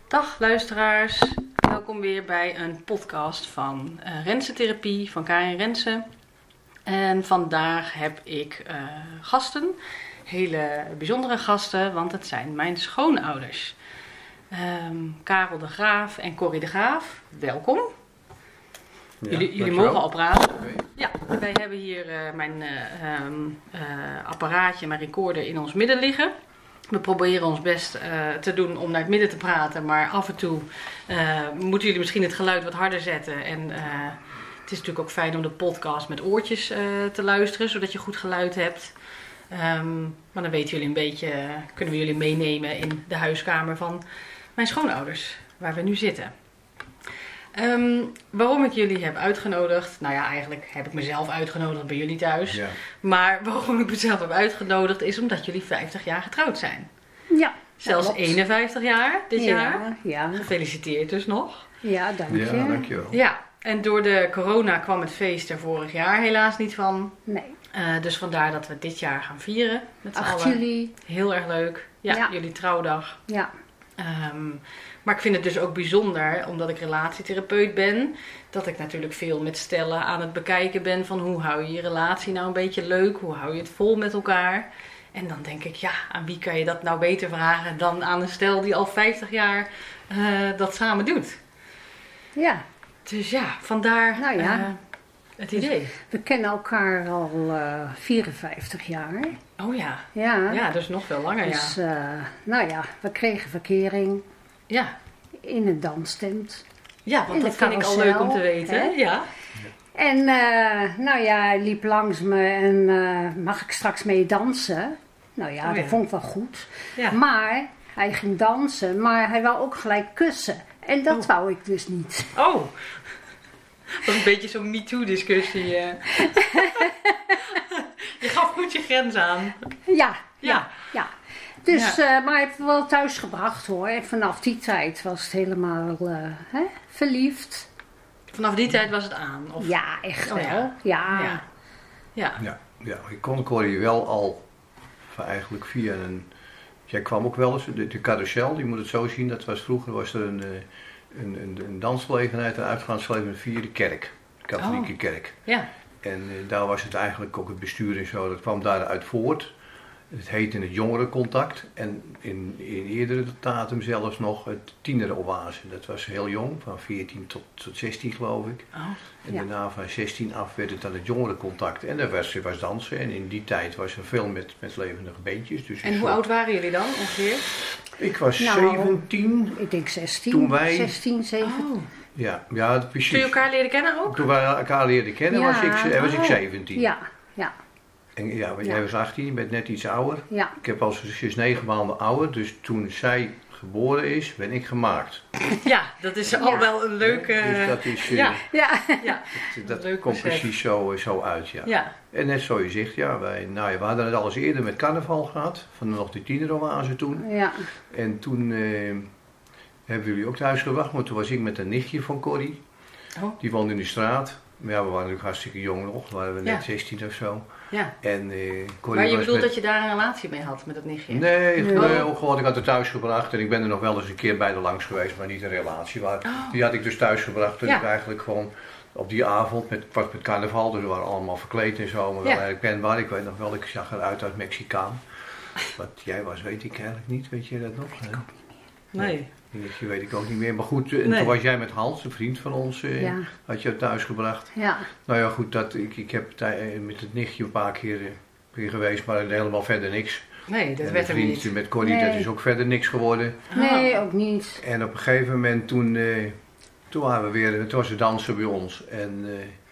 Dag luisteraars, welkom weer bij een podcast van Rensen-therapie van Karin Rensen. En vandaag heb ik gasten, hele bijzondere gasten, want het zijn mijn schoonouders. Karel de Graaf en Corrie de Graaf, welkom. Ja, jullie mogen al praten. Okay. Ja, wij hebben hier mijn apparaatje, mijn recorder in ons midden liggen. We proberen ons best te doen om naar het midden te praten, maar af en toe moeten jullie misschien het geluid wat harder zetten. En het is natuurlijk ook fijn om de podcast met oortjes te luisteren, zodat je goed geluid hebt. Maar dan weten jullie een beetje, kunnen we jullie meenemen in de huiskamer van mijn schoonouders, waar we nu zitten. Waarom ik jullie heb uitgenodigd, nou ja, eigenlijk heb ik mezelf uitgenodigd bij jullie thuis. Ja. Maar waarom ik mezelf heb uitgenodigd is omdat jullie 50 jaar getrouwd zijn. Ja. Zelfs 51 jaar dit jaar. Ja. Gefeliciteerd dus nog. Ja, dank je. Ja, dankjewel. Ja, en door de corona kwam het feest er vorig jaar helaas niet van. Nee. Dus vandaar dat we dit jaar gaan vieren met z'n 8 allen. juli. Heel erg leuk. Ja, jullie trouwdag. Ja. Maar ik vind het dus ook bijzonder, omdat ik relatietherapeut ben, dat ik natuurlijk veel met stellen aan het bekijken ben van hoe hou je je relatie nou een beetje leuk, hoe hou je het vol met elkaar. En dan denk ik, ja, aan wie kan je dat nou beter vragen dan aan een stel die al 50 jaar dat samen doet. Ja. Dus ja, vandaar het idee. We kennen elkaar al 54 jaar. Oh ja. Ja. Ja, dus nog veel langer, dus, we kregen verkering. Ja. In een danstent. Ja, want dat vind ik al leuk om te weten. Hè? Ja. En hij liep langs me en mag ik straks mee dansen? Nou ja, dat vond ik wel goed. Ja. Maar hij ging dansen, maar hij wou ook gelijk kussen. En dat wou ik dus niet. Oh, dat was een beetje zo'n MeToo-discussie. Je gaf goed je grens aan. Ja. Dus, maar hij heeft het wel thuis gebracht hoor. En vanaf die tijd was het helemaal verliefd. Vanaf die tijd was het aan? Of? Ja, echt wel. Ja. Ik kon Corrie wel al eigenlijk via een... Jij kwam ook wel eens, de carousel, je moet het zo zien. Vroeger was er een dansgelegenheid, een uitgaansgelegenheid via de kerk. De katholieke kerk. Ja. En daar was het eigenlijk ook het bestuur en zo, dat kwam daaruit voort. Het heette het jongerencontact en in eerdere datum zelfs nog het tieneroase. Dat was heel jong, van 14 tot 16 geloof ik. Oh, en daarna van 16 af werd het dan het jongerencontact. En daar was dansen en in die tijd was er veel met levendige beentjes. Dus en hoe oud waren jullie dan ongeveer? Ik was 17. Ik denk 16. Toen wij... 16, 17. Oh. Ja, precies. Toen je elkaar leerde kennen ook? Toen we elkaar leerden kennen was ik 17. Ja. En jij was 18, je bent net iets ouder. Ja. Ik heb ze is 9 maanden ouder, dus toen zij geboren is, ben ik gemaakt. Ja, dat is al wel een leuke... Dus dat is... Dat komt precies zo uit, ja. En net zo je zegt, we hadden het al eens eerder met carnaval gehad, van nog de tieneroase toen. Ja. En toen hebben jullie ook thuis gewacht, maar toen was ik met een nichtje van Corrie. Oh. Die woonde in de straat. Maar ja, we waren natuurlijk hartstikke jong nog, waren we net 16 of zo. Ja. En, maar je bedoelt dat je daar een relatie mee had met dat nichtje? Nee, gewoon ik had het thuis gebracht en ik ben er nog wel eens een keer bij de langs geweest, maar niet een relatie. Die had ik dus thuis gebracht toen ik eigenlijk gewoon op die avond, met carnaval, dus we waren allemaal verkleed en zo, maar wel eigenlijk kenbaar. Ik weet nog wel, ik zag eruit als Mexicaan. Wat jij was, weet ik eigenlijk niet, weet je dat nog? Weet ik ook niet meer. Nee. Dat weet ik ook niet meer, maar goed, toen was jij met Hans, een vriend van ons, had je thuis gebracht. Ja. Nou ja, goed, ik heb met het nichtje een paar keer geweest, maar helemaal verder niks. Nee, dat werd er niet. De vriend met Corrie, dat is ook verder niks geworden. Nee, ook niet. En op een gegeven moment toen waren we weer, het was het dansen bij ons. En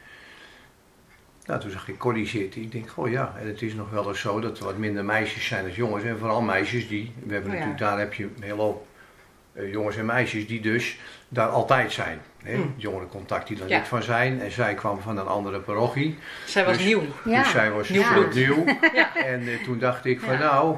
toen zag ik Corrie zitten. Ik denk, en het is nog wel eens zo dat er wat minder meisjes zijn als jongens. En vooral meisjes we hebben natuurlijk, daar heb je een hele hoop jongens en meisjes die dus daar altijd zijn. Jongerencontact die er niet van zijn. En zij kwam van een andere parochie. Zij was nieuw. Dus zij was nieuw. Ja. En toen dacht ik van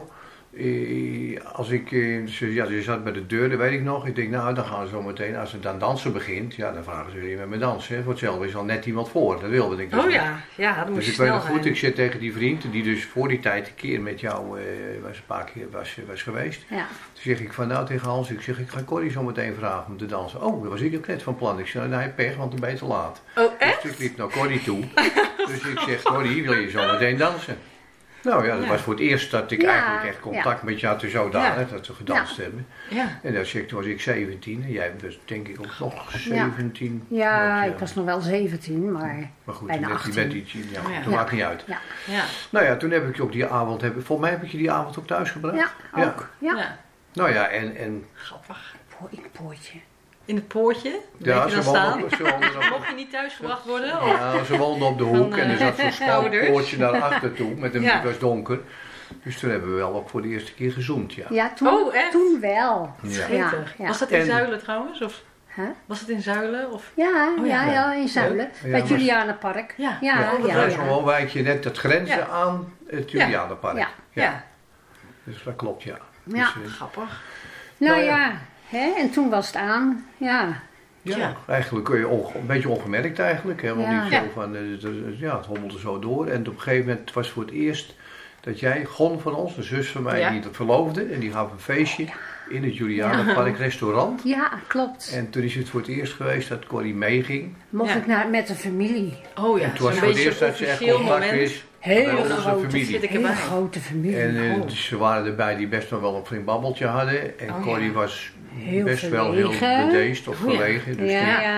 Ze zat bij de deur, dat weet ik nog. Ik denk, nou, dan gaan ze zo meteen, als het dan dansen begint, ja, dan vragen ze weer met me dansen. Voor hetzelfde is al net iemand voor, dat wilde ik dus niet. Ja, dat moet dus je ik weet snel nog goed, zijn. ik zit tegen die vriend, die dus voor die tijd een keer met jou een paar keer was geweest. Ja. Toen zeg ik van, nou, tegen Hans, ik ga Corrie zo meteen vragen om te dansen. Oh, dat was ik ook net van plan. Ik zei, nou, hij pech, want dan ben je te laat. Oh, echt? Dus ik liep naar Corrie toe. Dus ik zeg, Corrie, wil je zo meteen dansen? Nou ja, dat was voor het eerst dat ik eigenlijk echt contact met jou had zodanig dat we gedanst hebben. Ja. En toen was ik 17 en jij was denk ik ook nog 17. Ja, ik was nog wel 17, maar goed, bijna 18. Je bent iets, dat maakt niet uit. Ja. Nou ja, toen heb ik je ook die avond, volgens mij heb ik je die avond ook thuis gebracht. Ja, ook. Ja. Nou ja, en... Grappig. In het poortje. In het poortje? Ja, je dan staan? Mocht je niet thuisgebracht worden? Ja, ze woonden op de hoek en er zat zo'n smal poortje naar achter toe. Het was donker. Dus toen hebben we wel ook voor de eerste keer gezoomd, ja. Ja, toen wel. Ja. Was dat in Zuilen trouwens? Of? Was het in Zuilen? Of? Ja, in Zuilen. Bij het Julianenpark. Dat was gewoon wijkje net het grenzen aan het Julianenpark. Ja. Dus dat klopt, ja. Ja, dus, grappig. Nou ja, en toen was het aan, Ja, eigenlijk een beetje ongemerkt eigenlijk. Hè, want niet zo van, het hommelde zo door. En op een gegeven moment was voor het eerst dat jij, Gon van ons, de zus van mij, die verloofde. En die gaf een feestje in het Julianenpark restaurant. Ja, klopt. En toen is het voor het eerst geweest dat Corrie meeging. Mocht ik met de familie. Oh ja, en toen was het voor het eerst dat ze echt contact wist. Hele grote familie. En ze waren erbij die best wel een flink babbeltje hadden. En Corrie was best verlegen. Wel heel bedeesd of verlegen. Dus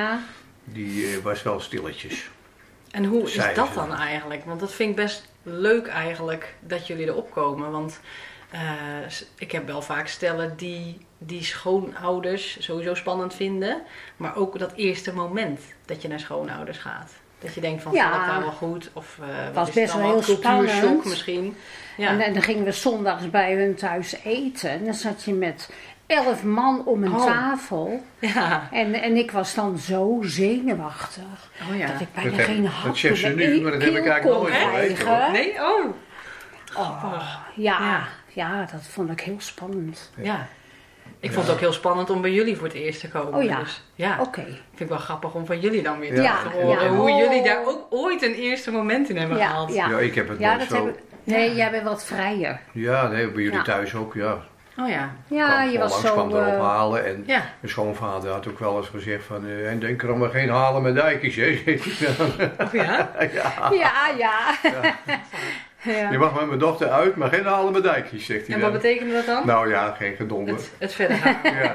die was wel stilletjes. En hoe is dat dan eigenlijk? Want dat vind ik best leuk eigenlijk dat jullie erop komen. Want ik heb wel vaak stellen die schoonouders sowieso spannend vinden. Maar ook dat eerste moment dat je naar schoonouders gaat. Dat je denkt van, gaat het daar wel goed? Of was best wel heel spannend. Misschien. Ja. En dan gingen we zondags bij hun thuis eten. En dan zat je met 11 man om een tafel. Ja. En ik was dan zo zenuwachtig. Dat ik bijna geen hap in de nu, maar dat heb ik eigenlijk nooit geweten. Nee? Ja, dat vond ik heel spannend. Ja. Ik vond het ook heel spannend om bij jullie voor het eerst te komen. Oh ja, dus, oké. Vind ik wel grappig om van jullie dan weer te horen. Hoe jullie daar ook ooit een eerste moment in hebben gehaald. Ja, ik heb het nooit zo... Nee, jij bent wat vrijer. Ja, nee, bij jullie thuis ook, ja. Oh ja. Ja, je was zo... kwam erop halen en mijn schoonvader had ook wel eens gezegd van... en denk er maar geen halen met dijkjes, hè. Oh ja? Ja. Je mag met mijn dochter uit, maar geen halen met dijkjes, zegt hij. En wat betekende dat dan? Nou ja, geen gedonder. Het verder gaan.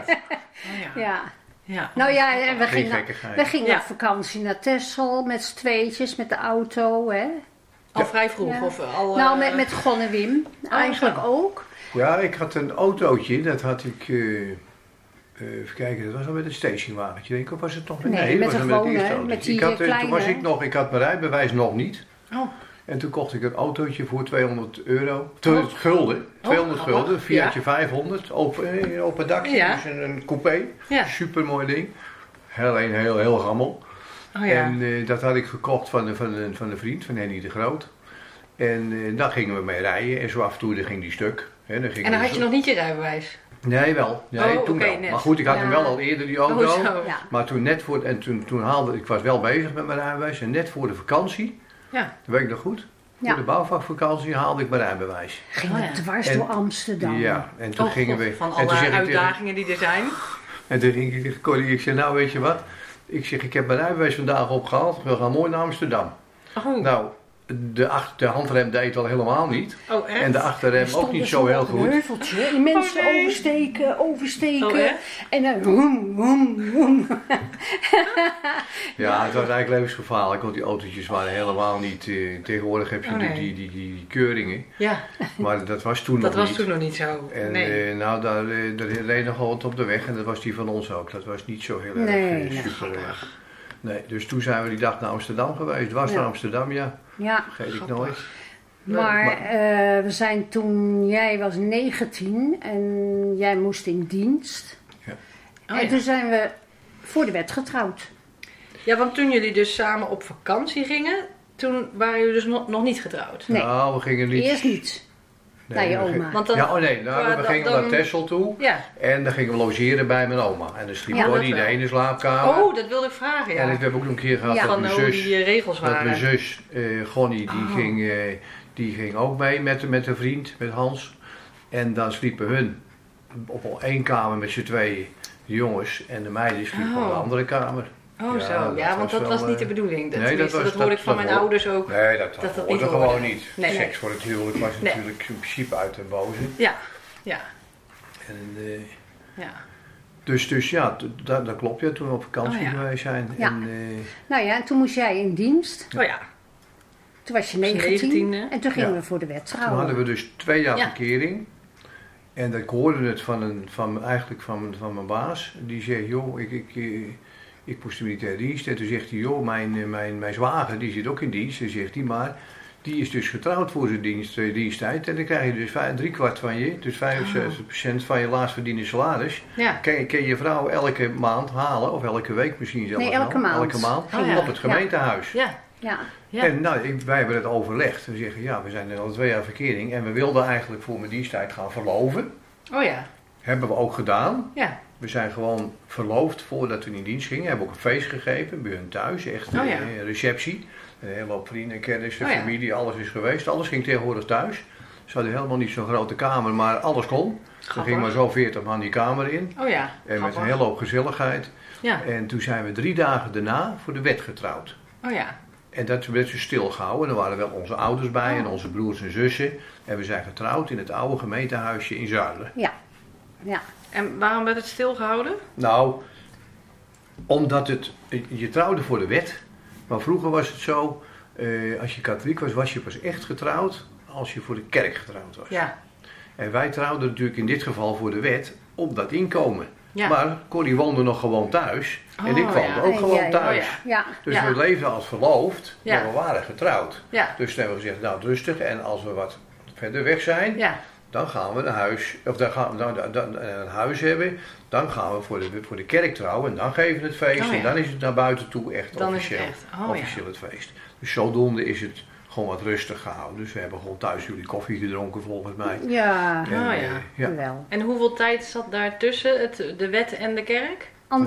Ja. Nou ja, en we gingen op vakantie naar Texel met z'n tweetjes, met de auto, hè. Al vrij vroeg? Of al, nou, met Gon en Wim eigenlijk ook. Ja, ik had een autootje, dat had ik... even kijken, dat was al met een stationwagentje, denk ik, of was het nog? Nee, met een gewone, met die kleine... Toen was ik had mijn rijbewijs nog niet. Oh. En toen kocht ik een autootje voor €200. 200 gulden. 200 gulden, Fiatje 500, open dakje, dus een coupé. Ja. Super mooi ding. Heel gammel. Oh, ja. En dat had ik gekocht van een vriend, van Henny de Groot. En daar gingen we mee rijden en zo af en toe ging die stuk. En dan had je nog niet je rijbewijs? Nee, wel. Nee, toen wel. Net. Maar goed, ik had hem wel al eerder, die auto. Ja. Maar toen net voor... En toen haalde... Ik was wel bezig met mijn rijbewijs. En net voor de vakantie... Ja. Dat weet ik nog goed. Voor de bouwvakvakantie haalde ik mijn rijbewijs. Gingen we dwars door Amsterdam. Ja. En toen gingen we... Van alle uitdagingen die er zijn. En toen ging ik tegen Corrie. Ik zei, nou weet je wat? Ik heb mijn rijbewijs vandaag opgehaald. We gaan mooi naar Amsterdam. Oh. Nou... De handrem deed al helemaal niet. Oh, echt? En de achterrem ook niet zo heel goed. Een heuveltje. Die mensen oversteken. Oh, en dan woem. Ja, het was eigenlijk levensgevaarlijk, want die autootjes waren helemaal niet... tegenwoordig heb je die keuringen. Ja. Maar dat was toen nog niet. Dat was toen nog niet zo. En daar reed nog wat op de weg en dat was die van ons ook. Dat was niet zo heel erg super erg. Nee, dus toen zijn we die dag naar Amsterdam geweest. Dwars naar Amsterdam, ja. Vergeet ik nooit. Maar we zijn toen, jij was 19 en jij moest in dienst. Ja. En toen zijn we voor de wet getrouwd. Ja, want toen jullie dus samen op vakantie gingen, toen waren jullie dus nog niet getrouwd. Nee. Nou, we gingen niet... Eerst niet. naar je oma. Want dan, we gingen naar Texel toe. Ja. En dan gingen we logeren bij mijn oma. En dan sliep Connie in de ene slaapkamer. Oh, dat wilde ik vragen, ja. En ik heb ook nog een keer gehad dat mijn zus... die regels waren. Dat mijn zus, Connie, die ging ook mee met een vriend, met Hans. En dan sliepen hun op één kamer met z'n tweeën, de jongens. En de meiden sliepen op een andere kamer. Oh zo, ja, want dat was niet de bedoeling. Dat hoorde ik van mijn ouders ook. Nee, dat hoorde gewoon niet. Nee. Seks voor het huwelijk was natuurlijk in principe uit den boze. Ja. En, Dus ja, dat klopt ja, toen we op vakantie geweest zijn. Ja. En toen moest jij in dienst. Oh ja. Toen was je 19 en toen gingen we voor de wet trouwen. Toen hadden we dus 2 jaar verkering. En ik hoorde het van mijn baas. Die zei, joh, ik moest de militaire dienst. En toen zegt hij, joh, mijn zwager, die zit ook in dienst. En zegt hij, maar die is dus getrouwd voor zijn diensttijd. En dan krijg je dus 3/4 van je, dus 75% van je laatst verdiende salaris. Ja. Kan je vrouw elke maand halen, of elke week misschien zelfs. Nee, elke maand. Elke maand op het gemeentehuis. Ja. En wij hebben het overlegd. We zeggen, we zijn er al 2 jaar verkering. En we wilden eigenlijk voor mijn diensttijd gaan verloven. Oh ja. Hebben we ook gedaan. Ja. We zijn gewoon verloofd voordat we in dienst gingen. We hebben ook een feest gegeven bij hun thuis. Echt een receptie. Een hele hoop vrienden, kennis, familie, alles is geweest. Alles ging tegenwoordig thuis. Ze hadden helemaal niet zo'n grote kamer, maar alles kon. Er ging maar zo 40 man die kamer in. Oh ja. En met een hele hoop gezelligheid. Ja. En toen zijn we 3 dagen daarna voor de wet getrouwd. Oh ja. En dat werd dus stilgehouden. Er waren wel onze ouders bij en onze broers en zussen. En we zijn getrouwd in het oude gemeentehuisje in Zuilen. Ja. En waarom werd het stilgehouden? Nou, omdat je trouwde voor de wet. Maar vroeger was het zo, als je katholiek was je pas echt getrouwd als je voor de kerk getrouwd was. Ja. En wij trouwden natuurlijk in dit geval voor de wet op dat inkomen. Ja. Maar Corrie woonde nog gewoon thuis. En ik woonde ook gewoon thuis. Dus we leefden als verloofd, maar we waren getrouwd. Ja. Dus toen hebben we gezegd, nou rustig. En als we wat verder weg zijn, dan gaan we naar huis. Of dan gaan we een huis hebben. Dan gaan we voor de kerk trouwen. En dan geven we het feest. En dan is het naar buiten toe echt dan officieel. Officieel het feest. Dus zodoende is het gewoon wat rustig gehouden. Dus we hebben gewoon thuis jullie koffie gedronken volgens mij. Ja, wel. En hoeveel tijd zat daar tussen de wet en de kerk? 1,5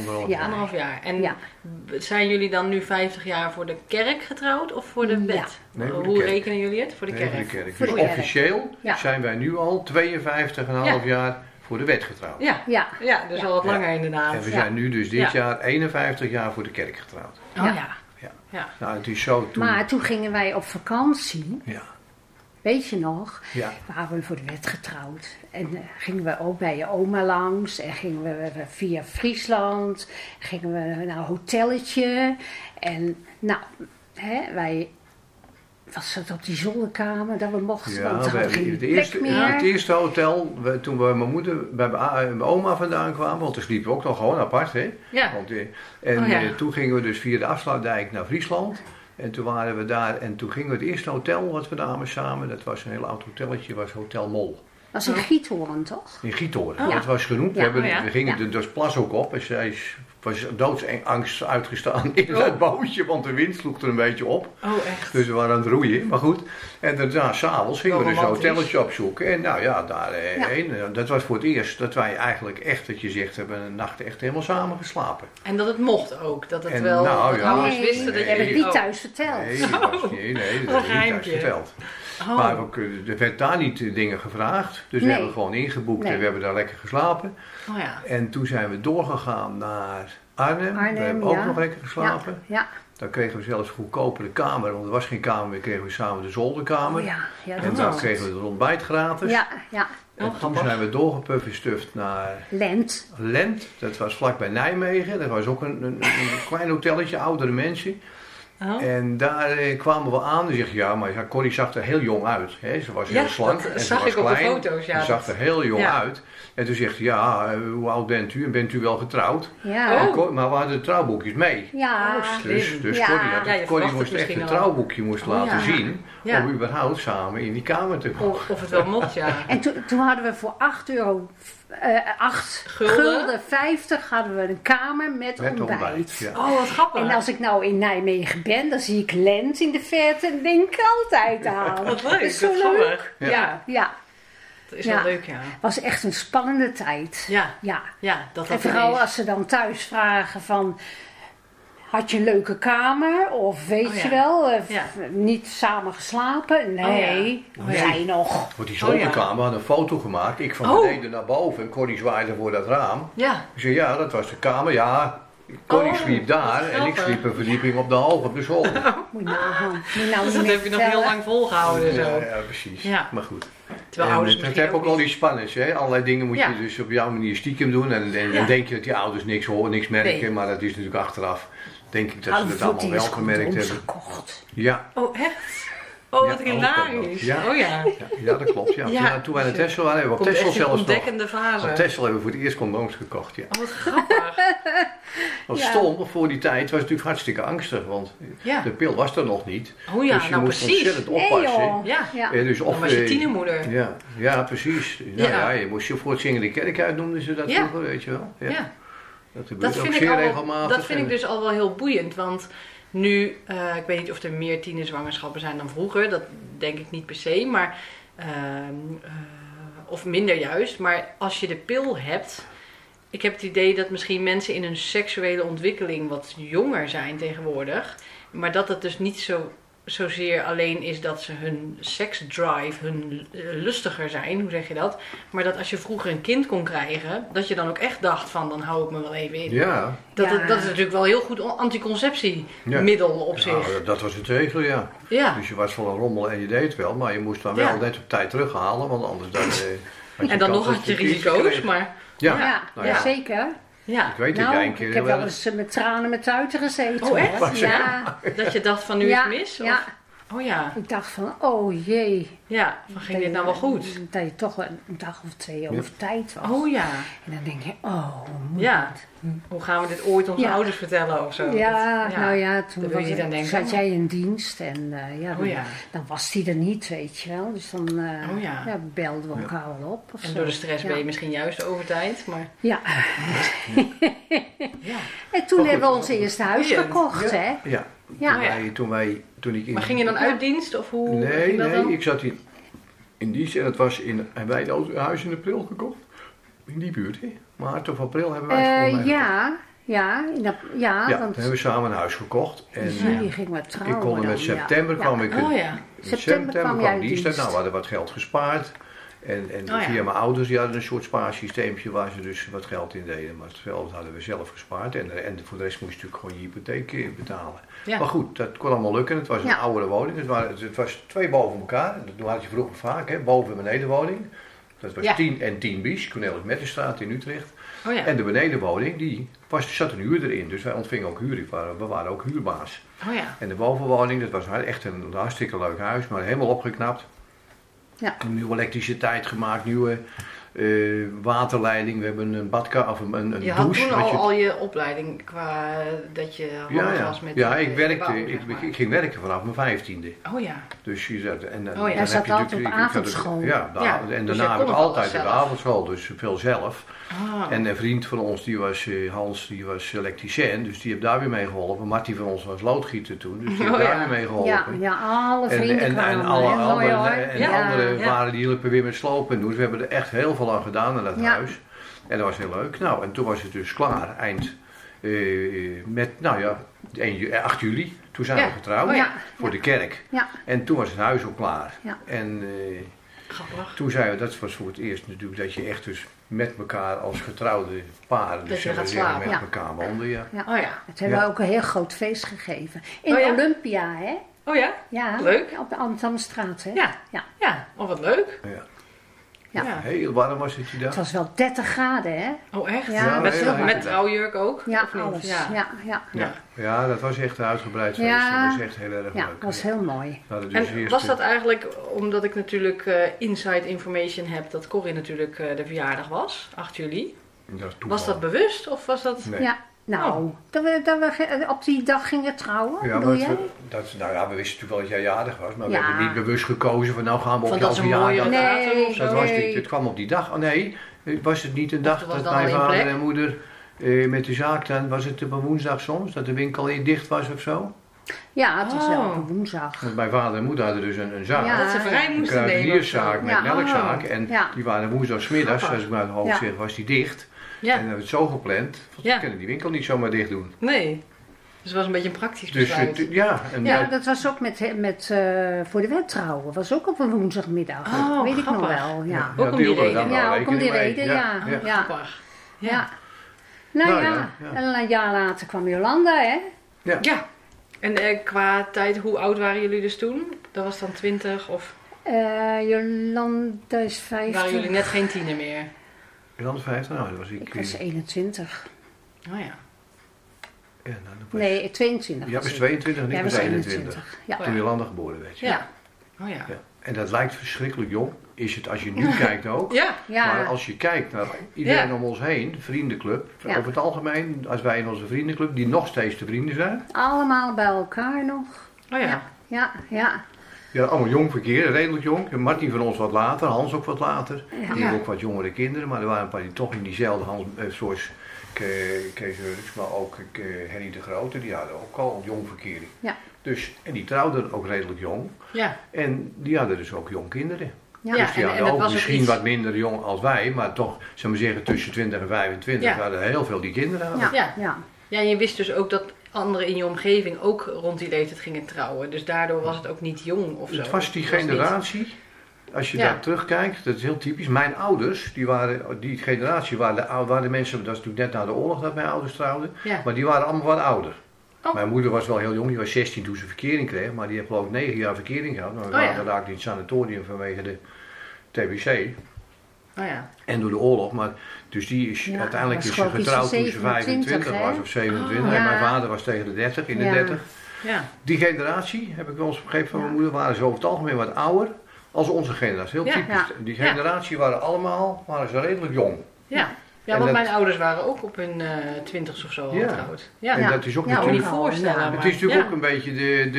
jaar. En zijn jullie dan nu 50 jaar voor de kerk getrouwd of voor de wet? Nee, hoe rekenen jullie het? Voor de kerk? Voor de kerk. Dus officieel zijn wij nu al 52,5 jaar voor de wet getrouwd. Ja, dus al wat langer inderdaad. En we zijn nu dus dit jaar 51 jaar voor de kerk getrouwd. Oh ja. Nou, het is zo toen... Maar toen gingen wij op vakantie. Ja. Weet je nog? Ja. Waren we voor de wet getrouwd. En gingen we ook bij je oma langs. En gingen we via Friesland. Gingen we naar een hotelletje. En nou, wij... Was het op die zolderkamer dat we mochten? Ja, want we hadden geen plek meer. Het eerste hotel, toen we mijn moeder bij mijn oma vandaan kwamen, want daar sliepen we ook nog gewoon apart, hè? Ja. Toen gingen we dus via de Afsluitdijk naar Friesland. En toen waren we daar en toen gingen we het eerste hotel wat we namen samen, dat was een heel oud hotelletje, was Hotel Mol. Dat was in Giethoorn, toch? In Giethoorn, dat was genoemd. We gingen de plas ook op en zij was doodsangst uitgestaan in dat bootje, want de wind sloeg er een beetje op. Oh, echt? Dus we waren aan het roeien, maar goed. En daarna, s'avonds gingen we dus een hotelletje opzoeken. En nou ja, daarheen. Dat was voor het eerst dat wij eigenlijk echt, dat je zegt, hebben een nacht echt helemaal samen geslapen. En dat het mocht ook, dat het wel, dat ouders wisten dat je... hebben het niet thuis verteld. Nee, dat was niet thuis verteld. Maar er werd daar niet dingen gevraagd. Dus we hebben gewoon ingeboekt en we hebben daar lekker geslapen. Oh ja. En toen zijn we doorgegaan naar Arnhem. We hebben ook nog lekker geslapen. Ja. Dan kregen we zelfs een goedkopere kamer, want er was geen kamer meer, kregen we samen de zolderkamer. En dan kregen we het ontbijt gratis. Ja. En toen zijn we doorgepufferstuft naar Lent. Dat was vlakbij Nijmegen. Dat was ook een klein hotelletje, oudere mensen. Oh. En daar kwamen we aan en zeggen, maar Corrie zag er heel jong uit. Hè? Ze was heel slank en ze was klein. Op de foto's, ze zag er heel jong uit. En toen zegt hij, hoe oud bent u? En bent u wel getrouwd? Ja. Maar we hadden de trouwboekjes mee. Ja. Dus Corrie moest echt een trouwboekje laten zien. Ja. Om überhaupt samen in die kamer te komen. Of het wel mocht, ja. En toen hadden we voor €8 8 gulden 50 hadden we een kamer met ontbijt. Ja. Oh, wat grappig. En als ik nou in Nijmegen ben, dan zie ik Lent in de verte en denk ik altijd aan. Wat leuk, Dat is zo wat leuk. grappig. Ja. Dat is wel leuk, ja. Het was echt een spannende tijd. Ja, dat En vooral als ze dan thuis vragen van... Had je een leuke kamer? Of weet je wel, niet samen geslapen? Nee, jij nog. Want die zolderkamer had een foto gemaakt. Ik van beneden naar boven en Connie zwaaide voor dat raam. Ja. Ik zei, ja, dat was de kamer. Ja, Connie sliep daar en ik sliep een verdieping op de hoog op de zolder. Moet je nagaan. Dus dat heb je nog heel lang volgehouden. Zo. Ja, precies. Ja. Maar goed. Terwijl ouders dat heeft ook wel iets spannends. Hè? Allerlei dingen moet je dus op jouw manier stiekem doen. En dan denk je dat die ouders niks horen, niks merken. Nee. Maar dat is natuurlijk achteraf. Denk ik dat ze het allemaal wel gemerkt hebben. Gekocht. Ja. Oh, echt? Oh, wat hilarisch. Ja. Oh ja. Ja, dat klopt. Ja. Toen wij naar Texel waren, hebben we op Texel zelfs ontdekkende fase. Op Texel hebben we voor het eerst condooms gekocht. Ja. Oh, wat grappig. Wat stom, voor die tijd was het natuurlijk hartstikke angstig, want de pil was er nog niet. Oh ja, dus je nou moest precies. ontzettend oppassen. Ja. Dus of, dan was je tienermoeder. Ja, precies. Nou ja, je moest je voor het zingen de kerk uit, noemden ze dat vroeger, weet je wel. Ja. Dat gebeurt ook zeer regelmatig. Dat vind ik dus al wel heel boeiend, want nu, ik weet niet of er meer tienerzwangerschappen zijn dan vroeger, dat denk ik niet per se, maar, of minder juist, maar als je de pil hebt, ik heb het idee dat misschien mensen in hun seksuele ontwikkeling wat jonger zijn tegenwoordig, maar dat het dus niet zozeer alleen is dat ze hun seksdrive, hun lustiger zijn, hoe zeg je dat? Maar dat als je vroeger een kind kon krijgen, dat je dan ook echt dacht van, dan hou ik me wel even in. Ja. Dat is natuurlijk wel heel goed anticonceptiemiddel op zich. Nou, dat was het regel, ja. Dus je was vol een rommel en je deed het wel, maar je moest dan wel net op tijd terughalen, want anders dan... en dan nog had je risico's, maar... Ja, zeker. Ja. Ik weet dat jij een keer... Ik heb wel eens met tranen met tuiten gezeten. Oh, echt? Ja. Dat je dacht van, nu is het mis? Ja. Oh ja. Ik dacht van, oh jee. Ja, van ging dit nou wel goed? Dat je toch een dag of 2 over tijd was. Oh ja. En dan denk je, oh, hoe gaan we dit ooit onze ouders vertellen of zo? Toen zat jij in dienst en dan was die er niet, weet je wel. Dus dan belden we elkaar wel op. En door de stress ben je misschien juist over tijd, maar... Ja. En toen hebben we ons eerste huis gekocht, hè? Ja. Maar ging je dan uit dienst of hoe ging dat dan? Nee, ik zat in dienst en het was hebben wij een huis in april gekocht. In die buurt, hè? Maart of april hebben wij het want toen hebben we samen een huis gekocht. En jullie gingen maar trouwen. Ik kon met september kwam ik in september kwam ik dienst. Nou, we hadden wat geld gespaard. En via mijn ouders, die hadden een soort spaarsysteempje waar ze dus wat geld in deden. Maar hetzelfde hadden we zelf gespaard. En voor de rest moest je natuurlijk gewoon je hypotheek betalen. Ja. Maar goed, dat kon allemaal lukken. Het was een oudere woning. Het was 2 boven elkaar. Dat had je vroeger vaak, hè? Boven- en benedenwoning. Dat was 10 en 10 bis, Cornelis Mettenstraat in Utrecht. Oh ja. En de benedenwoning, zat een huurder in. Dus wij ontvingen ook huur. We waren ook huurbaas. Oh ja. En de bovenwoning, dat was echt een hartstikke leuk huis. Maar helemaal opgeknapt. Ja. Een nieuwe elektriciteit gemaakt, nieuwe waterleiding. We hebben een badkamer of een douche. Je had toen al je opleiding qua dat je handig was met... Ja, ik ging werken vanaf mijn 15e. Oh ja. Dus je zat... Hij zat altijd op avondschool. En daarna heb ik altijd op avondschool, dus veel zelf. En een vriend van ons, Hans, die was elektricien, dus die heeft daar weer mee geholpen. Martie van ons was loodgieter toen, dus die heeft daar weer mee geholpen. Ja, alle vrienden kwamen. En anderen waren die hielpen weer met slopen en doen. Dus we hebben er echt heel veel aan gedaan in dat huis. En dat was heel leuk. Nou, en toen was het dus klaar, eind 8 juli. Toen zijn we getrouwd voor de kerk. Ja. En toen was het huis ook klaar. Ja. En toen zeiden we, dat was voor het eerst natuurlijk dat je echt dus met elkaar als getrouwde paren, dus met elkaar wandelen. Oh ja. Het hebben we ook een heel groot feest gegeven. In Olympia, hè? Oh ja? Ja, leuk. Op de Amsterdamstraat, hè? Ja. Oh, wat leuk. Ja, heel warm was het die dag. Het was wel 30 graden, hè? Oh, echt? Ja, met trouwjurk ook? Ja, alles. Ja, dat was echt een uitgebreid feest. Dat was echt heel erg leuk. Ja, dat was heel mooi. En was dat eigenlijk, omdat ik natuurlijk inside information heb, dat Corrie natuurlijk de verjaardag was, 8 juli. Was dat bewust of was dat... Nee. Nou, dat we op die dag gingen trouwen, bedoel jij? We wisten natuurlijk wel dat jij jarig was, maar we hebben niet bewust gekozen van nou gaan we op jouw verjaardag. Nee, dat was niet. Het kwam op die dag. Oh nee, was het niet een dag dat mijn vader en moeder met de zaak dan, was het op een woensdag soms, dat de winkel hier dicht was of zo? Ja, het was wel op een woensdag. Want mijn vader en moeder hadden dus een zaak. Ja, dat ze vrij moesten nemen. Een kruidenierszaak met melkzaak. En die waren woensdagsmiddags, als ik maar het hoofd zeg, was die dicht. En dan hebben we het zo gepland, we kunnen die winkel niet zomaar dicht doen. Nee. Dus het was een beetje een praktisch besluit. Dat was ook met voor de wet trouwen. Was ook op een woensdagmiddag. Weet ik nog wel. Ja. Ook om die reden. Ja, ook om die reden, ja. Nou ja, en een jaar later kwam Jolanda, hè? Ja. En qua tijd, hoe oud waren jullie dus toen? Dat was dan 20 of? Jolanda is 50. Waren jullie net geen tiener meer? Jolanda 50? Nou, dat was ik. Ik was 21. Oh ja. Nee, 22. Ja, was 22 en ik was 21. Ja. Toen Jolanda geboren werd. Ja. Oh ja. En dat lijkt verschrikkelijk jong. Is het als je nu kijkt ook. Ja. Maar als je kijkt naar iedereen om ons heen, de vriendenclub. Over het algemeen, als wij in onze vriendenclub, die nog steeds de vrienden zijn. Allemaal bij elkaar nog. Oh ja. Ja. Ja, allemaal jong verkeer, redelijk jong. Martin van ons wat later, Hans ook wat later. Die hebben ook wat jongere kinderen. Maar er waren een paar die toch in diezelfde Hans, zoals Kees Hurks, maar ook Henny de Grote. Die hadden ook al jong verkeer. Ja. Dus, en die trouwden ook redelijk jong. Ja. En die hadden dus ook jong kinderen. Ja. Dus die hadden en ook was misschien wat minder jong als wij, maar toch, zullen we zeggen, tussen 20 en 25 hadden heel veel die kinderen hadden. Ja, en je wist dus ook dat anderen in je omgeving ook rond die leeftijd gingen trouwen. Dus daardoor was het ook niet jong of zo. Het was die generatie, als je daar terugkijkt, dat is heel typisch. Mijn ouders, die generatie waren de mensen, dat is natuurlijk net na de oorlog dat mijn ouders trouwden, maar die waren allemaal wat ouder. Oh. Mijn moeder was wel heel jong, die was 16 toen ze verkering kreeg, maar die heeft geloof ik 9 jaar verkering gehad. Maar mijn vader raakte in het sanatorium vanwege de TBC. Oh ja. En door de oorlog, maar dus die is uiteindelijk is ze getrouwd toen ze 25 was of 27. En mijn vader was tegen de 30, in de 30. Ja. Die generatie, heb ik wel eens begrepen van mijn moeder, waren ze over het algemeen wat ouder als onze generatie. Heel typisch. Die generatie waren ze redelijk jong. Ja, want mijn ouders waren ook op hun 20's of zo al getrouwd. Ja, en dat is ook natuurlijk niet voorstellen. Het is natuurlijk ook een beetje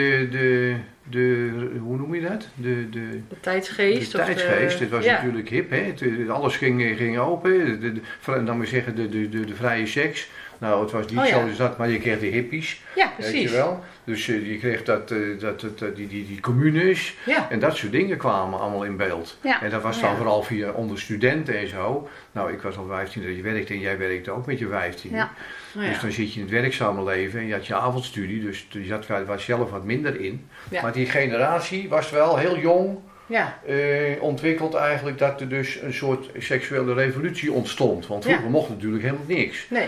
de hoe noem je dat? De tijdsgeest. De tijdsgeest. Het was natuurlijk hip, hè? Alles ging open. Dan moet je zeggen, de vrije seks. Nou, het was niet zo als dat, maar je kreeg de hippies. Ja, precies. Weet je wel? Dus je kreeg die communes en dat soort dingen kwamen allemaal in beeld. Ja. En dat was dan vooral onder studenten en zo. Nou, ik was al 15 dat je werkte en jij werkte ook met je 15. Ja. Dus dan zit je in het werkzame leven en je had je avondstudie, dus je was zelf wat minder in. Ja. Maar die generatie was wel heel jong. Ontwikkeld eigenlijk dat er dus een soort seksuele revolutie ontstond. Want vroeger mocht natuurlijk helemaal niks. Nee.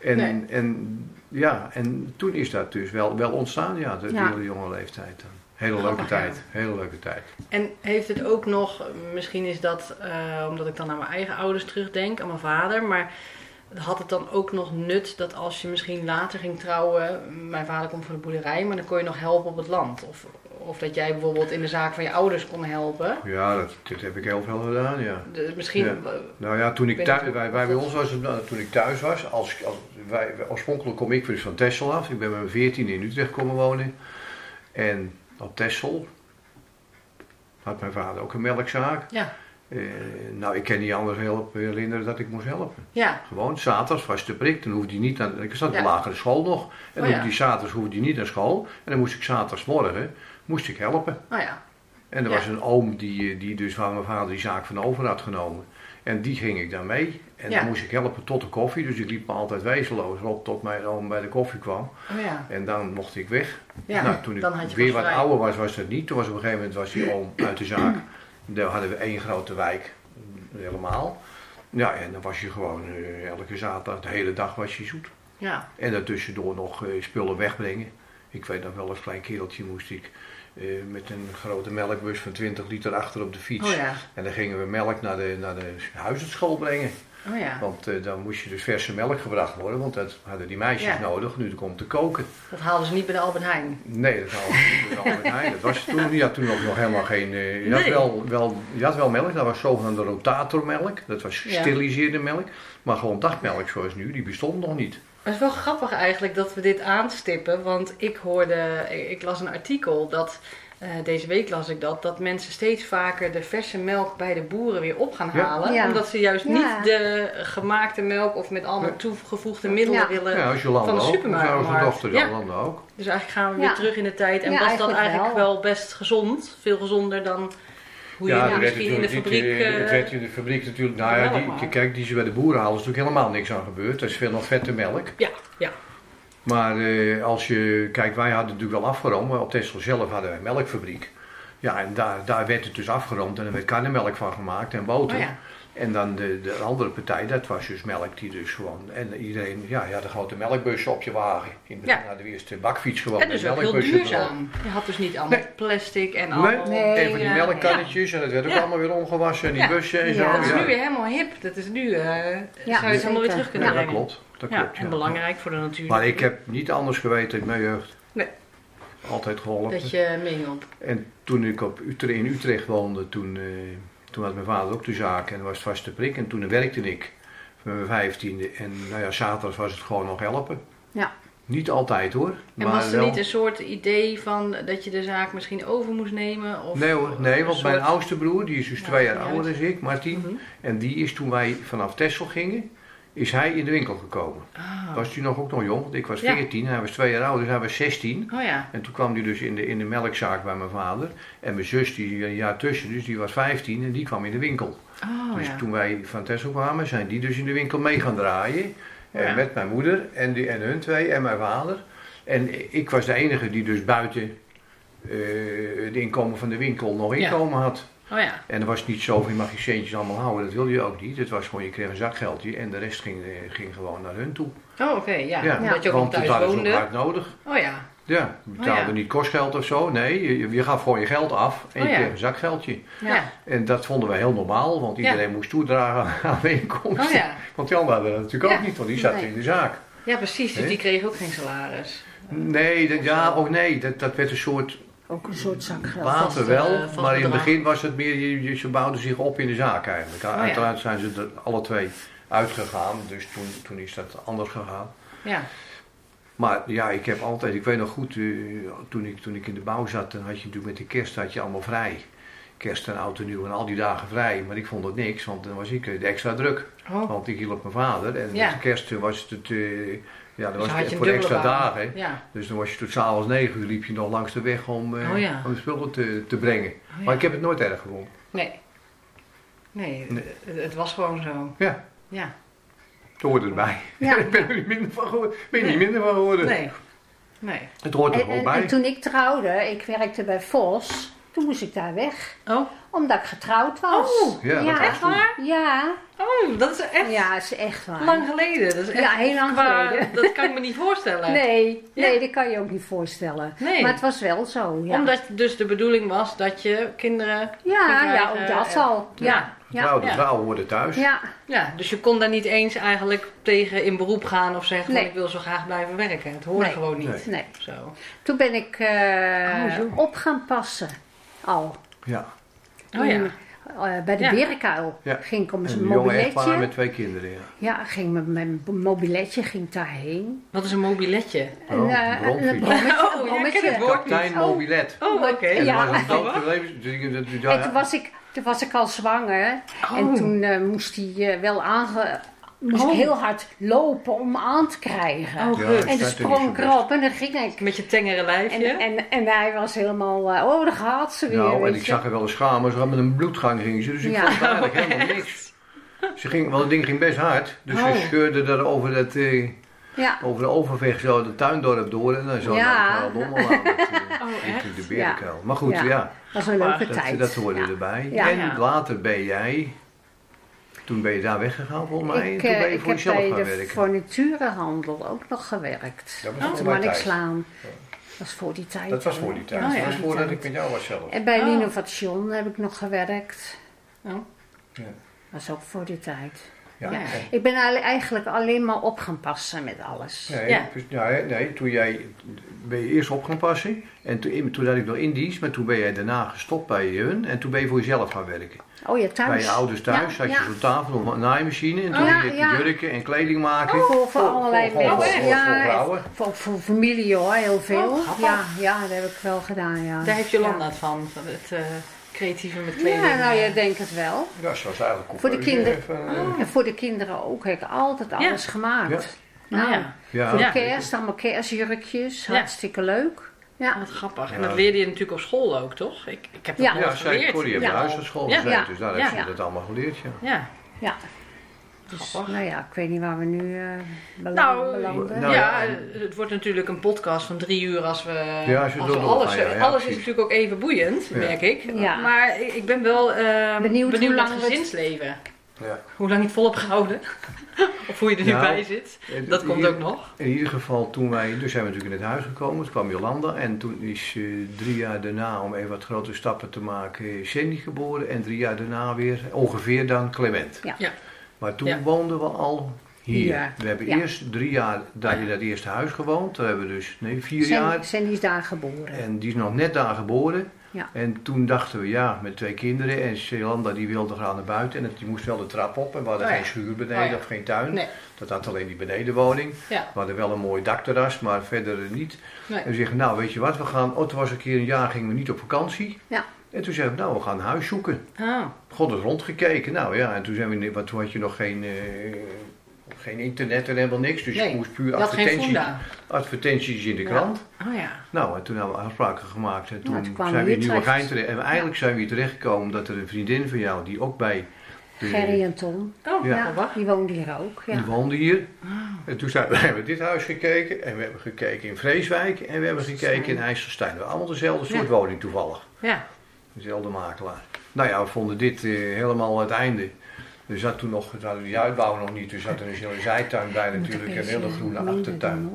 En toen is dat dus wel ontstaan, de hele jonge leeftijd dan. Hele leuke tijd. En heeft het ook nog, misschien is dat omdat ik dan naar mijn eigen ouders terugdenk, aan mijn vader, maar had het dan ook nog nut dat als je misschien later ging trouwen, mijn vader komt van de boerderij, maar dan kon je nog helpen op het land? Of dat jij bijvoorbeeld in de zaak van je ouders kon helpen? Ja, dat heb ik heel veel gedaan, ja. Misschien... Ja. Nou ja, toen ik thuis was, oorspronkelijk kom ik dus van Texel af. Ik ben met mijn 14 in Utrecht komen wonen. En op Texel had mijn vader ook een melkzaak. Ja. Nou, ik kan niet anders herinneren dat ik moest helpen. Ja. Gewoon, zaterdags was de prik, dan hoefde hij niet aan... Ik zat op de lagere school nog. En dan zaterdags hoefde hij niet naar school. En dan moest ik zaterdagsmorgen helpen. Oh ja. En er was een oom die dus van mijn vader die zaak van over had genomen. En die ging ik dan mee. En dan moest ik helpen tot de koffie. Dus ik liep me altijd wezenloos op tot mijn oom bij de koffie kwam. Oh ja. En dan mocht ik weg. Ja. Nou, toen ik weer wat ouder was dat niet. Toen was op een gegeven moment die oom uit de zaak. Daar hadden we één grote wijk. Helemaal. Ja, en dan was je gewoon elke zaterdag, de hele dag was je zoet. Ja. En daartussendoor nog spullen wegbrengen. Ik weet nog wel, als klein kereltje moest ik met een grote melkbus van 20 liter achter op de fiets. Oh ja. En dan gingen we melk naar de huisartschool brengen. Oh ja. Want dan moest je dus verse melk gebracht worden, want dat hadden die meisjes nodig nu om te koken. Dat haalden ze niet bij de Albert Heijn? Nee, dat haalden ze niet bij de Albert Heijn. Dat was toen, je had toen nog helemaal geen... Je had wel melk, dat was zogenaamde rotatormelk. Dat was gesteriliseerde melk. Maar gewoon dagmelk zoals nu, die bestond nog niet. Het is wel grappig eigenlijk dat we dit aanstippen, want ik las een artikel dat, deze week las ik dat mensen steeds vaker de verse melk bij de boeren weer op gaan halen. Ja. Omdat ze juist niet de gemaakte melk of met allemaal toegevoegde middelen willen van de supermarkt. Ja, dochter Jolanda ook. Dus eigenlijk gaan we weer terug in de tijd en was dat eigenlijk wel best gezond, veel gezonder dan... Hoe je misschien in de fabriek... Het werd in de fabriek natuurlijk... Nou ja, kijk, die ze bij de boeren halen is natuurlijk helemaal niks aan gebeurd. Er is veel nog vette melk. Ja. Maar als je... Kijk, wij hadden natuurlijk wel afgeroomd. Op Texel zelf hadden wij een melkfabriek. Ja, en daar werd het dus afgeroomd. En er werd karnemelk van gemaakt en boter. Oh ja. En dan de andere partij, dat was dus melk die dus gewoon... En iedereen, je had een grote melkbus op je wagen. In de eerste bakfiets gewoon. En dus ook heel duurzaam. Je had dus niet allemaal plastic en allemaal... Nee, van die melkkannetjes en dat werd ook allemaal weer omgewassen. En die bussen en zo. Dat is nu weer helemaal hip. Dat is nu... zou je het allemaal weer terug kunnen brengen. Dat klopt. En belangrijk voor de natuur. Maar ik heb niet anders geweten in mijn jeugd. Nee. Altijd geholpen. Dat je meehielp. En toen ik in Utrecht woonde, toen had mijn vader ook de zaak en was het vaste prik. En toen werkte ik van mijn 15e. En zaterdags was het gewoon nog helpen. Ja. Niet altijd hoor. En maar was er niet een soort idee van dat je de zaak misschien over moest nemen? Of nee hoor, want mijn oudste broer, die is dus 2 jaar ouder dan ik, Martin. En die is toen wij vanaf Texel gingen, is hij in de winkel gekomen. Was hij ook nog jong, want ik was 14, hij was 2 jaar ouder, dus hij was 16. Oh ja. En toen kwam hij dus in de melkzaak bij mijn vader. En mijn zus, die een jaar tussen, dus die was 15 en die kwam in de winkel. Dus toen wij van Texel kwamen, zijn die dus in de winkel mee gaan draaien. Met mijn moeder en hun 2 en mijn vader. En ik was de enige die dus buiten het inkomen van de winkel nog inkomen had. Oh ja. En er was niet zo van, je mag je centjes allemaal houden, dat wilde je ook niet. Het was gewoon, je kreeg een zakgeldje en de rest ging gewoon naar hun toe. Oh oké, omdat je ook want thuis het hadden woonde. ze ook hard nodig. Oh ja. Ja, je betaalde niet kostgeld of zo, nee, je gaf gewoon je geld af en je kreeg een zakgeldje. Ja. En dat vonden we heel normaal, want iedereen moest toedragen aan de inkomsten. Oh ja. Want die anderen hadden dat natuurlijk ook niet, want die zaten in de zaak. Ja precies, dus die kregen ook geen salaris. Nee, dat werd een soort... Ook een soort zakgeld. Later wel, maar in het begin was het meer, ze bouwden zich op in de zaak eigenlijk. Uiteraard zijn ze er alle 2 uitgegaan, dus toen is dat anders gegaan. Ja. Maar ik weet nog goed, toen ik in de bouw zat, dan had je natuurlijk met de kerst allemaal vrij. Kerst en oud en nieuw en al die dagen vrij, maar ik vond het niks, want dan was ik extra druk. Oh. Want ik hielp mijn vader en met de kerst was het... dat was het voor extra dagen. Ja. Dus dan was je tot s'avonds 9 uur liep je nog langs de weg om de spullen te brengen. Maar ik heb het nooit erg gevonden. Nee, het was gewoon zo. Ja. Het hoort erbij. Ja. Ik ben er niet minder van geworden. Nee. Het hoort er gewoon bij. En toen ik trouwde, ik werkte bij Vos, toen moest ik daar weg. Oh. Omdat ik getrouwd was. Oh, dat echt waar? Ja. Oh, dat is echt... Ja, dat is echt waar. Lang geleden. Dat is echt heel lang geleden. Dat kan ik me niet voorstellen. Nee, dat kan je ook niet voorstellen. Nee. Maar het was wel zo, ja. Omdat dus de bedoeling was dat je kinderen... Ja, ook dat al. Ja. De vrouw hoorde thuis. Ja, dus je kon daar niet eens eigenlijk tegen in beroep gaan of zeggen van ik wil zo graag blijven werken. Het hoorde gewoon niet. Nee. Zo. Toen ben ik op gaan passen al. Ja. Bij de Berenkuil ging ik om een mobiletje. Een jonge echtpaar met 2 kinderen, Ja, ging met mijn mobiletje daarheen. Wat is een mobiletje? Een brommetje. Kapitein Mobilet. Oh, oké. Toen was ik al zwanger. En toen moest hij wel moest ik heel hard lopen om aan te krijgen. En toen sprong ik erop en dan ging ik. Met je tengere lijfje. En hij was helemaal, daar gaat ze weer. Nou, en ik zag er wel eens schamen, zo met een bloedgang ging ze, dus ik vond eigenlijk helemaal niks. Want het ding ging best hard, dus ze scheurde er over over de overweg zo de tuindorp door en dan zo naar de Dommel aan. De Berenkuil. Maar goed, dat was een leuke tijd. Dat hoorde erbij. Ja. En later toen ben je daar weggegaan volgens mij en toen ben je voor jezelf gaan werken. Ik heb bij de furniturenhandel ook nog gewerkt. Op Marnixlaan. Dat was voor die tijd. Dat was voor die tijd. Dat was voordat ik met jou was zelf. En bij L'Innovation heb ik nog gewerkt. Ja. Dat was ook voor die tijd. Ja. Ja. Ik ben eigenlijk alleen maar op gaan passen met alles. Nee, toen ben je eerst op gaan passen. En toen had ik nog in dienst, maar toen ben jij daarna gestopt bij hun. En toen ben je voor jezelf gaan werken. Oh ja, thuis. Bij je ouders thuis had je zo'n tafel of een naaimachine. En toen ging je jurken en kleding maken. Voor allerlei mensen. Voor vrouwen. Voor familie hoor, heel veel. Ja, dat heb ik wel gedaan. Ja. Daar heeft Jolanda het van het creatieve met kleding. Ja, nou, je denkt het wel. Ja, zoals eigenlijk voor de kinderen. En voor de kinderen ook heb ik altijd alles gemaakt. Voor de kerst, allemaal kerstjurkjes. Hartstikke leuk. Ja. Wat grappig. En dat leerde je natuurlijk op school ook, toch? Ik heb dat nooit geleerd. Corrie heeft thuis op school gezeten, dus daar heeft ze dat allemaal geleerd. Ja. Dus, nou ja, ik weet niet waar we nu belanden. Het wordt natuurlijk een podcast van 3 uur als we... Alles is natuurlijk ook even boeiend, merk ik. Ja. Maar ik ben wel benieuwd naar het gezinsleven. Ja. Hoe lang je het vol hebt gehouden. Of hoe je er nu bij zit. Dat komt ook nog. In ieder geval, toen zijn we natuurlijk in het huis gekomen. Toen kwam Jolanda. En toen is 3 jaar daarna, om even wat grote stappen te maken, Cindy geboren. En 3 jaar daarna weer, ongeveer dan, Clement. Ja. Maar toen woonden we al hier. Ja. We hebben eerst 3 jaar in dat eerste huis gewoond. Daar hebben we dus 4 jaar. Cindy is daar geboren. En die is nog net daar geboren. Ja. En toen dachten we, met 2 kinderen. En Jolanda die wilde graag naar buiten. En die moest wel de trap op. En we hadden geen schuur beneden of geen tuin. Nee. Dat had alleen die benedenwoning. Ja. We hadden wel een mooi dakterras, maar verder niet. Nee. En we zeggen, nou weet je wat, toen was een keer een jaar gingen we niet op vakantie. Ja. En toen zeiden we, we gaan een huis zoeken. God is rondgekeken. Nou ja, en toen zijn we, want toen had je nog geen internet en helemaal niks. Dus je moest puur advertenties in de krant. Oh ja. Nou, en toen hebben we afspraken gemaakt. En toen zijn we in Nieuwegein terecht. En eigenlijk zijn we hier terechtgekomen omdat er een vriendin van jou, die ook bij... Gerry en Tom. Die woonden hier ook. Ja. Die woonden hier. En toen hebben we dit huis gekeken. En we hebben gekeken in Vreeswijk. En we hebben gekeken in IJsselstein. We hebben allemaal dezelfde soort woning toevallig. Ja. Dezelfde makelaar. Nou ja, we vonden dit helemaal het einde. Er zat toen nog, we hadden die uitbouw nog niet, dus zat er een hele zijtuin bij natuurlijk en een hele groene achtertuin.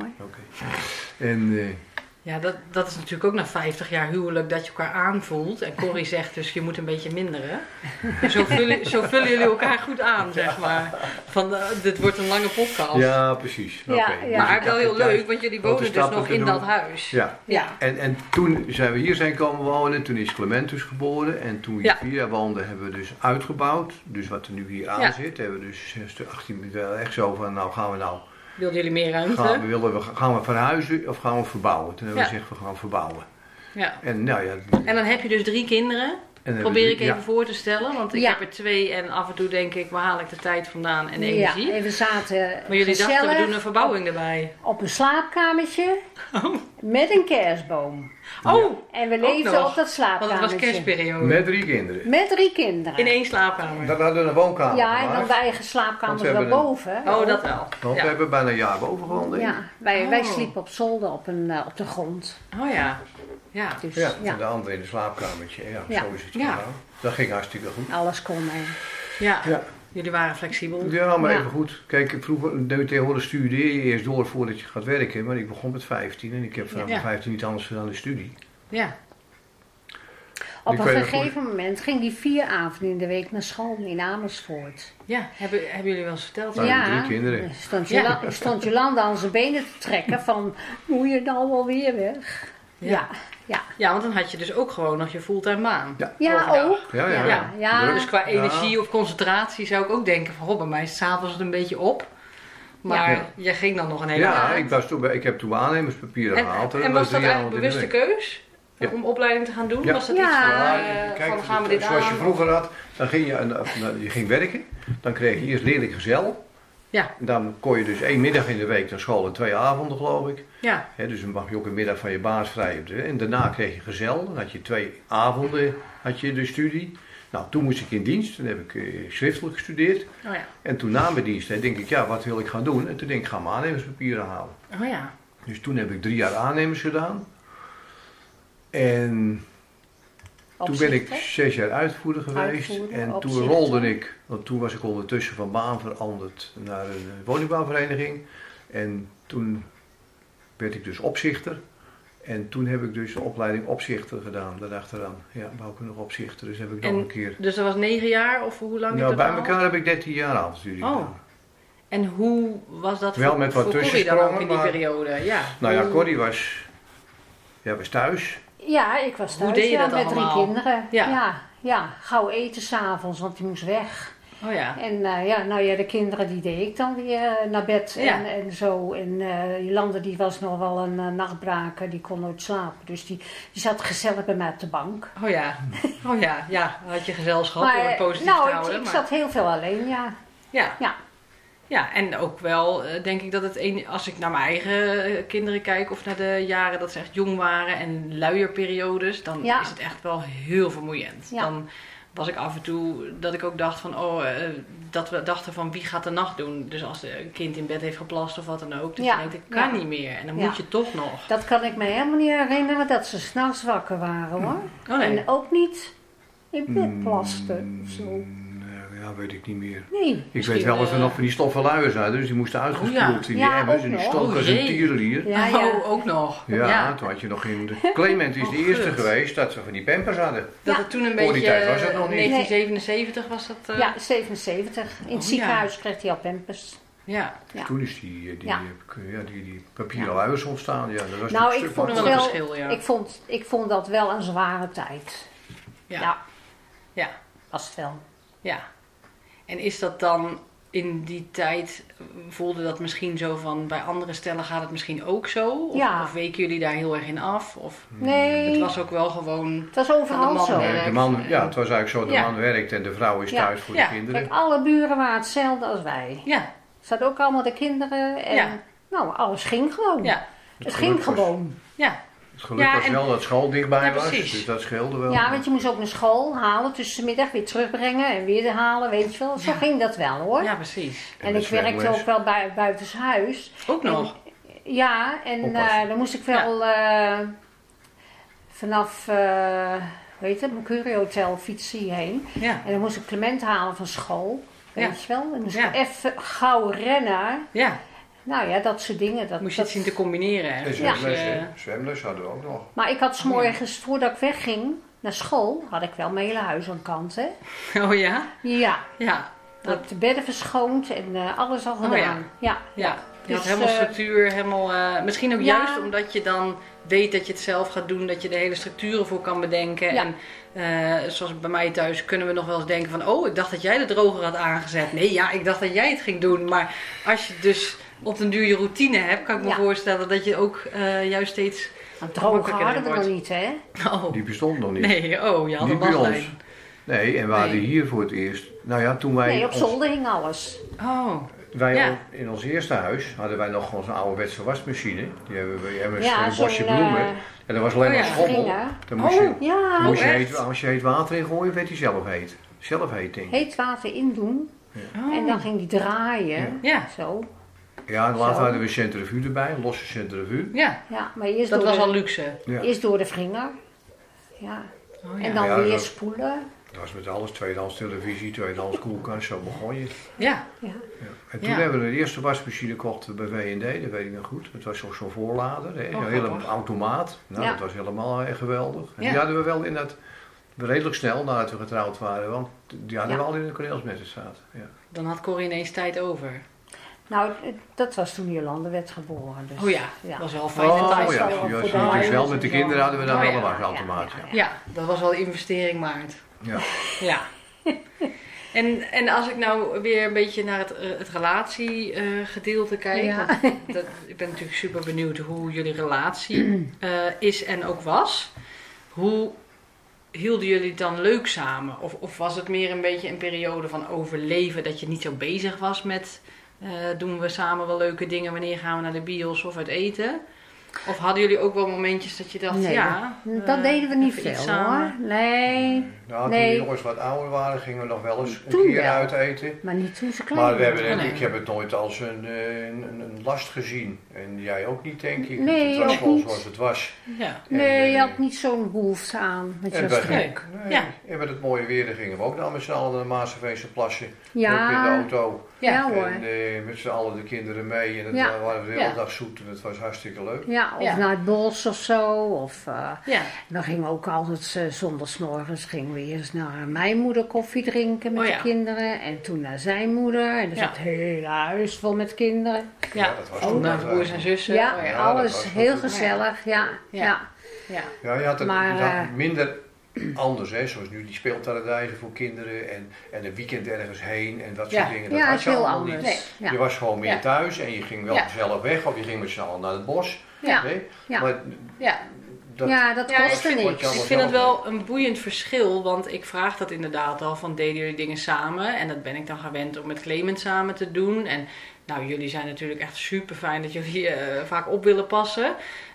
En, dat is natuurlijk ook na 50 jaar huwelijk dat je elkaar aanvoelt. En Corrie zegt dus, je moet een beetje minderen. En zo vullen jullie elkaar goed aan, zeg maar. Dit wordt een lange podcast. Ja, precies. Maar wel heel leuk, want jullie wonen dus nog in dat huis. Ja. En toen zijn we hier komen wonen, toen is Clementus geboren. En toen we 4 jaar woonden, hebben we dus uitgebouwd. Dus wat er nu hier aan zit, hebben we dus 18 echt zo van, nou gaan we nou... Wilden jullie meer ruimte? Gaan we verhuizen of gaan we verbouwen? Toen hebben we gezegd, we gaan verbouwen. Ja. En dan heb je dus 3 kinderen. Probeer ik even voor te stellen, want ik heb er 2 en af en toe denk ik, waar haal ik de tijd vandaan en de energie? Ja, en we zaten maar jullie dachten, we doen een verbouwing erbij. Op een slaapkamertje met een kerstboom. Oh! En we leefden op dat slaapkamertje. Want het was kerstperiode. Met 3 kinderen. Met 3 kinderen. In 1 slaapkamer. Dat hadden we een woonkamer en dan de eigen slaapkamer daarboven. Dat wel. Want we hebben bijna een jaar boven gewoond. Ja, wij sliepen op zolder op de grond. Oh ja. Ja. Dus, en de andere in het slaapkamertje. Ja, zo is het gedaan. Dat ging hartstikke goed. Alles kon mee. Ja. Jullie waren flexibel. Ja, maar even goed. Kijk, tegenwoordig studeer je eerst door voordat je gaat werken. Maar ik begon met 15 en ik heb vanaf mijn 15 niet anders gedaan dan de studie. Ja. Op een gegeven moment ging die 4 avonden in de week naar school in Amersfoort. Ja, hebben jullie wel eens verteld? Ja, 3 kinderen. Stond Jolanda aan zijn benen te trekken van, moet je nou alweer weg? Ja, want dan had je dus ook gewoon nog je fulltime baan. Ja, ook. Ja. Dus qua energie of concentratie zou ik ook denken van, bij mij is 's avonds het een beetje op. Maar jij ging dan nog een hele dag. Ik heb toen aannemerspapieren gehaald. En was dat eigenlijk een bewuste keus? Om opleiding te gaan doen? Ja. Was dat iets van gaan we dit aan? Zoals je vroeger had, dan ging je ging werken. Dan kreeg je eerst leerlinggezel. Ja. Dan kon je dus 1 middag in de week naar school en 2 avonden, geloof ik. Ja. Dus dan mag je ook een middag van je baas vrij. En daarna kreeg je gezel. Dan had je 2 avonden de studie. Nou, toen moest ik in dienst. Toen heb ik schriftelijk gestudeerd. Oh ja. En toen na mijn dienst denk ik, wat wil ik gaan doen? En toen denk ik, ga mijn aannemerspapieren halen. Oh ja. Dus toen heb ik 3 jaar aannemers gedaan. En toen ben ik 6 jaar uitvoerder geweest. En toen rolde ik, want toen was ik ondertussen van baan veranderd naar een woningbouwvereniging. En toen werd ik dus opzichter. En toen heb ik dus de opleiding opzichter gedaan, daarachteraan. Ja, bouwkundig opzichter, dus heb ik nog een keer. Dus dat was 9 jaar of hoe lang? Nou, bij elkaar heb ik 13 jaar avondstudie gedaan. En hoe was dat wel voor, met wat voor Corrie dan ook in die maar, periode? Ja. Nou ja, Corrie was thuis. Ja, ik was thuis. Hoe deed je dat met allemaal? 3 kinderen. Ja. Ja, gauw eten 's avonds, want die moest weg. Oh ja. En de kinderen die deed ik dan weer naar bed en zo. En Jolande die was nog wel een nachtbraker, die kon nooit slapen. Dus die zat gezellig bij mij op de bank. Oh ja. Oh ja, ja. Had je gezelschap om het positief te houden. Ik zat heel veel alleen, ja. Ja. Ja, en ook wel denk ik dat als ik naar mijn eigen kinderen kijk of naar de jaren dat ze echt jong waren en luierperiodes, dan is het echt wel heel vermoeiend. Ja. Dan was ik af en toe dat ik ook dacht van, dat we dachten van wie gaat de nacht doen. Dus als een kind in bed heeft geplast of wat dan ook, dat je denkt, ik kan niet meer. En dan moet je toch nog. Dat kan ik me helemaal niet herinneren dat ze 's nachts wakker waren hoor. Oh, nee. En ook niet in bed plasten of zo. Ja, weet ik niet meer. Nee. Ik weet wel dat er nog van die stoffen luiers hadden, dus die moesten uitgespoeld in die emmers en die stonken als een tierenlier. Ja. Ook nog. Ja, toen had je nog Clement is de eerste geweest dat ze van die pampers hadden. Dat het toen een Voor die beetje, tijd was het nog niet. 1977 was dat? Ja, 77. In het ziekenhuis kreeg hij al pampers. Ja. Toen is die papieren luiers ontstaan. Ja, dat was nou, een ik stuk vond, wel wel, een verschil, ja. ik vond dat wel een zware tijd. Ja. Was het wel. Ja. En is dat dan in die tijd, voelde dat misschien zo van, bij andere stellen gaat het misschien ook zo? Of weken jullie daar heel erg in af? Of nee. Het was ook wel gewoon... Het was overal zo. De man, het was eigenlijk zo, de man werkt en de vrouw is thuis voor de kinderen. Kijk, alle buren waren hetzelfde als wij. Ja. Er zaten ook allemaal de kinderen en alles ging gewoon. Ja. Het ging gewoon. Ja. Het geluk was wel dat school dichtbij was, precies. dus dat scheelde wel. Ja, want je moest ook naar school halen, tussenmiddag weer terugbrengen en weer halen, weet je wel. Zo ging dat wel hoor. Ja, precies. En ik werkte ook wel buitenshuis. Ook nog? Ja, en dan moest ik wel vanaf, Mercury Hotel fietsen hierheen. Ja. En dan moest ik Clement halen van school, weet je wel. En dan moest ik even gauw rennen. Ja. Nou ja, dat soort dingen. Moest je het zien te combineren. En zwemles hadden we ook nog. Maar ik had 's morgens, voordat ik wegging naar school, had ik wel mijn hele huis aan kant, hè. Oh ja? Ja. Ja. Dat de bedden verschoond en alles al gedaan. Ja. Je had helemaal structuur, misschien ook juist omdat je dan weet dat je het zelf gaat doen, dat je de hele structuren voor kan bedenken. Ja. En zoals bij mij thuis kunnen we nog wel eens denken van, ik dacht dat jij de droger had aangezet. Nee, ik dacht dat jij het ging doen. Maar als je dus op den duur je routine hebt, kan ik me voorstellen dat je ook juist steeds droger hadden we nog niet, hè? Oh. Die bestond nog niet. Nee, je had een waslijn. Nee, en we hadden hier voor het eerst, toen wij... Nee, op zolder hing alles. Oh. Wij in ons eerste huis hadden wij nog gewoon zo'n ouderwetse wasmachine. Die hebben we een bosje bloemen. En dat was alleen maar schommel. Dan moest als je heet water in gooien, werd hij zelf heet. Zelf heet ding. Heet water in doen. Ja. En dan ging die draaien. Ja. Zo. Ja, en later hadden we een centrifuge erbij, een losse centrifuge. Ja, maar eerst dat was al luxe. Ja. Eerst door de vinger. Ja. En dan weer spoelen. Dat was met alles, tweedehands televisie, tweedehands koelkast, zo begon je. Ja. En toen hebben we de eerste wasmachine gekocht bij V&D, dat weet ik nog goed. Het was zo'n voorlader, een hele automaat. Dat was helemaal geweldig. En die hadden we wel redelijk snel nadat we getrouwd waren, want die hadden we al in de Corneelsmessenstraat. Ja. Dan had Corrie ineens tijd over. Nou, dat was toen Jolande werd geboren. Dus, dat was wel fijn en thuis. Dus wel met de kinderen hadden we dan wel een wasautomaat. Ja, dat was wel een investering waard. Ja. En als ik nou weer een beetje naar het relatiegedeelte kijk. Ik ben natuurlijk super benieuwd hoe jullie relatie is en ook was. Hoe hielden jullie het dan leuk samen? Of was het meer een beetje een periode van overleven, dat je niet zo bezig was met doen we samen wel leuke dingen, wanneer gaan we naar de bios of uit eten? Of hadden jullie ook wel momentjes dat je dacht, dat deden we niet veel hoor. Nee. Toen de jongens wat ouder waren, gingen we nog wel eens een keer uit eten. Maar niet toen ze klein waren. Maar ik heb het nooit als een last gezien. En jij ook niet, denk ik. Nee, het was gewoon zoals het was. Ja. Nee, je had niet zo'n behoefte aan. Met je druk. En met het mooie weer gingen we ook dan met z'n allen naar de Maaseveense plassen. Ja. Ook in de auto. Ja hoor. En met z'n allen de kinderen mee. En dan waren we de hele dag zoet. En het was hartstikke leuk. Ja. Ja, of naar het bos of zo. Of, Ja. dan gingen we ook altijd, zondagsmorgens gingen we eerst naar mijn moeder koffie drinken met de kinderen. En toen naar zijn moeder. En er zat het hele huis vol met kinderen. Ja, dat was ook naar broers en zussen. Ja, Oh, ja. alles heel gezellig. Ja. Ja. Ja, je had het Maar, minder anders, hè, zoals nu die speelparadijzen voor kinderen en een weekend ergens heen en dat soort dingen. Dat ja, had is je heel allemaal anders. niet. Nee. Je was gewoon meer thuis en je ging wel zelf weg of je ging met z'n allen naar het bos. Ja. Nee? Ja. Maar Dat kostte niks. Ik vind het wel een boeiend verschil, want ik vraag dat inderdaad al van deden jullie dingen samen? En dat ben ik dan gewend om met Clement samen te doen. En nou, jullie zijn natuurlijk echt super fijn dat jullie vaak op willen passen.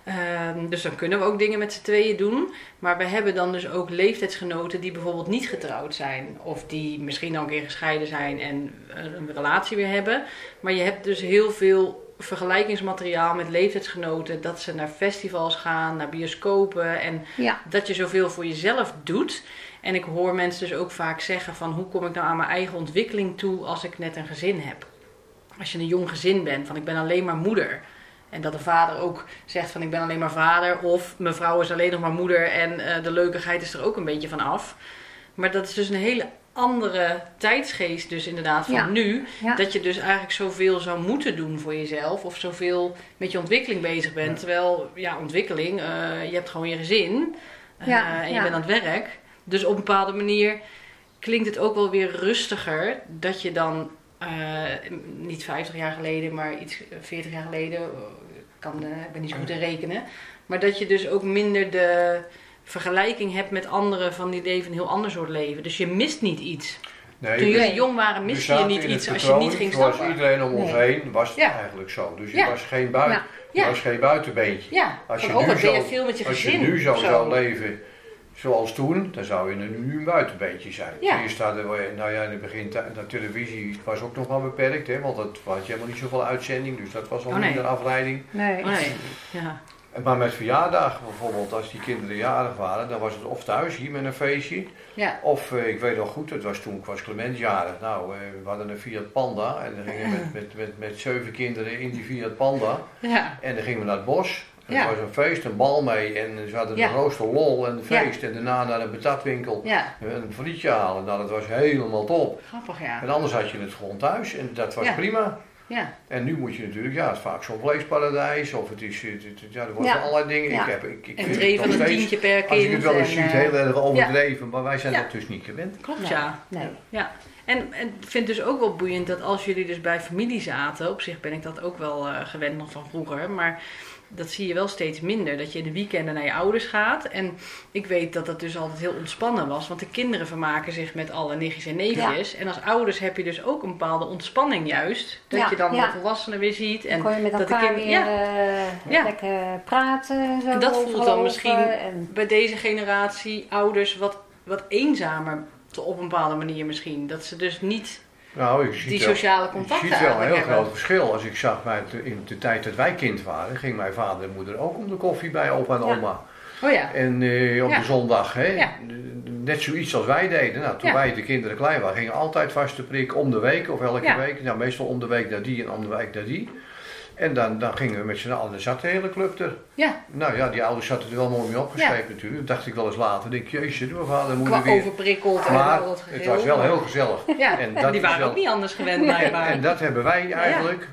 Dus dan kunnen we ook dingen met z'n tweeën doen. Maar we hebben dan dus ook leeftijdsgenoten die bijvoorbeeld niet getrouwd zijn. Of die misschien al een keer gescheiden zijn en een relatie weer hebben. Maar je hebt dus heel veel vergelijkingsmateriaal met leeftijdsgenoten. Dat ze naar festivals gaan, naar bioscopen. En dat je zoveel voor jezelf doet. En ik hoor mensen dus ook vaak zeggen van hoe kom ik nou aan mijn eigen ontwikkeling toe als ik net een gezin heb. Als je een jong gezin bent, van ik ben alleen maar moeder. En dat de vader ook zegt van ik ben alleen maar vader. Of mijn vrouw is alleen nog maar moeder en de leukigheid is er ook een beetje van af. Maar dat is dus een hele andere tijdsgeest dus inderdaad van nu. Ja. Dat je dus eigenlijk zoveel zou moeten doen voor jezelf. Of zoveel met je ontwikkeling bezig bent. Terwijl, ontwikkeling, je hebt gewoon je gezin. En je bent aan het werk. Dus op een bepaalde manier klinkt het ook wel weer rustiger. Dat je dan niet 50 jaar geleden, maar iets 40 jaar geleden. Ik ben niet zo goed in rekenen. Maar dat je dus ook minder de vergelijking hebt met anderen van die leven een heel ander soort leven. Dus je mist niet iets. Nee, toen jullie jong waren miste je niet iets als je niet ging stappen. Zoals iedereen om ons heen was het eigenlijk zo. Dus je was geen je was geen buitenbeentje. Ja, als je veel met je gezin. Als je nu zo zou leven zoals toen, dan zou je nu een buitenbeentje zijn. Ja. Eerst hadden we, in het begin, de televisie was ook nog wel beperkt, hè, want dat had je helemaal niet zoveel uitzending, dus dat was al minder afleiding. Nee. Ja. Maar met verjaardagen bijvoorbeeld, als die kinderen jarig waren, dan was het of thuis, hier met een feestje. Ja. Of, ik weet nog goed, het was toen was Clement jarig. Nou, we hadden een Fiat Panda en dan gingen we met 7 kinderen in die Fiat Panda. Ja. En dan gingen we naar het bos. En het was een feest, een bal mee en ze hadden een rooster lol en een feest. En daarna naar een patatwinkel een frietje halen. Nou, dat was helemaal top. Grappig, ja. En anders had je het gewoon thuis en dat was prima. Ja. En nu moet je natuurlijk, het is vaak zo'n vleesparadijs of het is, er worden allerlei dingen. Ja. Ik en dreven een tientje per kind. Als je het wel eens ziet, heel erg overdreven, maar wij zijn dat dus niet gewend. Klopt, Nee. Ja. En ik vind het dus ook wel boeiend dat als jullie dus bij familie zaten, op zich ben ik dat ook wel gewend nog van vroeger, maar dat zie je wel steeds minder. Dat je in de weekenden naar je ouders gaat. En ik weet dat dat dus altijd heel ontspannen was. Want de kinderen vermaken zich met alle nichtjes en neefjes. Ja. En als ouders heb je dus ook een bepaalde ontspanning juist. Dat je dan de volwassenen weer ziet. En dan kon je met elkaar weer lekker praten. En, zo en dat voelt dan misschien bij deze generatie ouders wat eenzamer. Op een bepaalde manier misschien. Dat ze dus niet die sociale contacten je ziet wel een heel groot verschil. Als ik zag in de tijd dat wij kind waren, ging mijn vader en moeder ook om de koffie bij opa en oma. Oh ja. En op de zondag, hè? Ja. Net zoiets als wij deden. Nou, toen wij de kinderen klein waren, gingen altijd vaste prik om de week of elke week. Nou, meestal om de week naar die en om de week naar die. En dan gingen we met z'n allen, dan zat de hele club er. Ja. Nou ja, die ouders zaten er wel mooi mee opgeschreven natuurlijk. Dat dacht ik wel eens later. Denk ik, jezus, mijn vader en moeder weer. Overprikkeld. Maar het was wel heel gezellig. Ja, en die waren ook niet anders gewend blijkbaar. En dat hebben wij eigenlijk,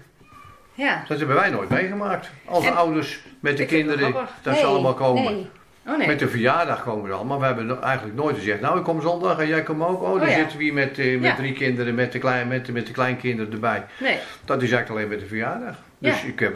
dat hebben wij nooit meegemaakt. Als ouders met de kinderen, dat ze allemaal komen. Nee. Oh, nee. Met de verjaardag komen we al, maar we hebben eigenlijk nooit gezegd, nou ik kom zondag en jij komt ook. Dan zitten we hier met 3 kinderen, met de kleinkinderen erbij. Nee. Dat is eigenlijk alleen met de verjaardag. Dus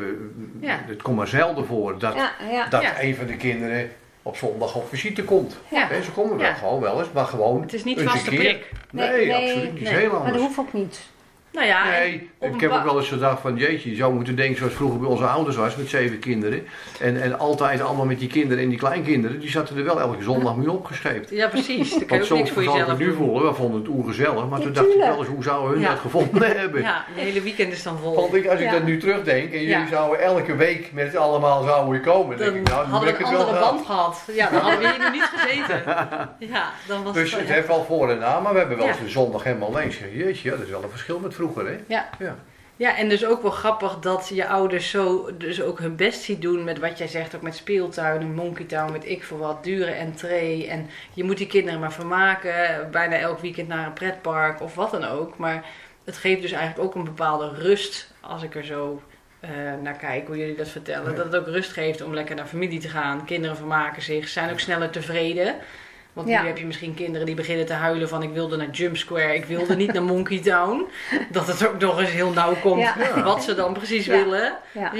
het komt maar zelden voor dat een van de kinderen op zondag op visite komt. Ja. Ze komen wel eens, maar gewoon het is niet vaste prik. Nee, absoluut niet. Heel anders. Maar dat hoeft ook niet. Nou ja, nee, ik heb ook wel eens gedacht van jeetje, je zou moeten denken zoals vroeger bij onze ouders was met 7 kinderen. En altijd allemaal met die kinderen en die kleinkinderen, die zaten er wel elke zondag mee opgescheept. Ja precies, daar kun je ook niks voor jezelf doen. Nu voelen, we vonden het ongezellig, maar toen dacht ik wel eens hoe zouden hun dat gevonden hebben. Ja, de hele weekend is dan vol. Want als ik dat nu terugdenk en jullie zouden elke week met het allemaal zouden komen, dan denk ik nou, hadden we een andere band gehad. Ja, dan hadden we hier nu niet gezeten. Ja, dan was dus het heeft wel voor en na, maar we hebben wel eens de zondag helemaal alleen. Jeetje, dat is wel een verschil met vroeger, hè? Ja. Ja, en dus ook wel grappig dat je ouders zo dus ook hun best ziet doen met wat jij zegt, ook met speeltuinen, Monkey Town, weet ik veel wat, dure entree. En je moet die kinderen maar vermaken, bijna elk weekend naar een pretpark of wat dan ook. Maar het geeft dus eigenlijk ook een bepaalde rust, als ik er zo naar kijk, hoe jullie dat vertellen. Ja. Dat het ook rust geeft om lekker naar familie te gaan. Kinderen vermaken zich, zijn ook sneller tevreden. Want nu heb je misschien kinderen die beginnen te huilen van ik wilde naar Jump Square, ik wilde niet naar Monkey Town. Dat het ook nog eens heel nauw komt wat ze dan precies willen.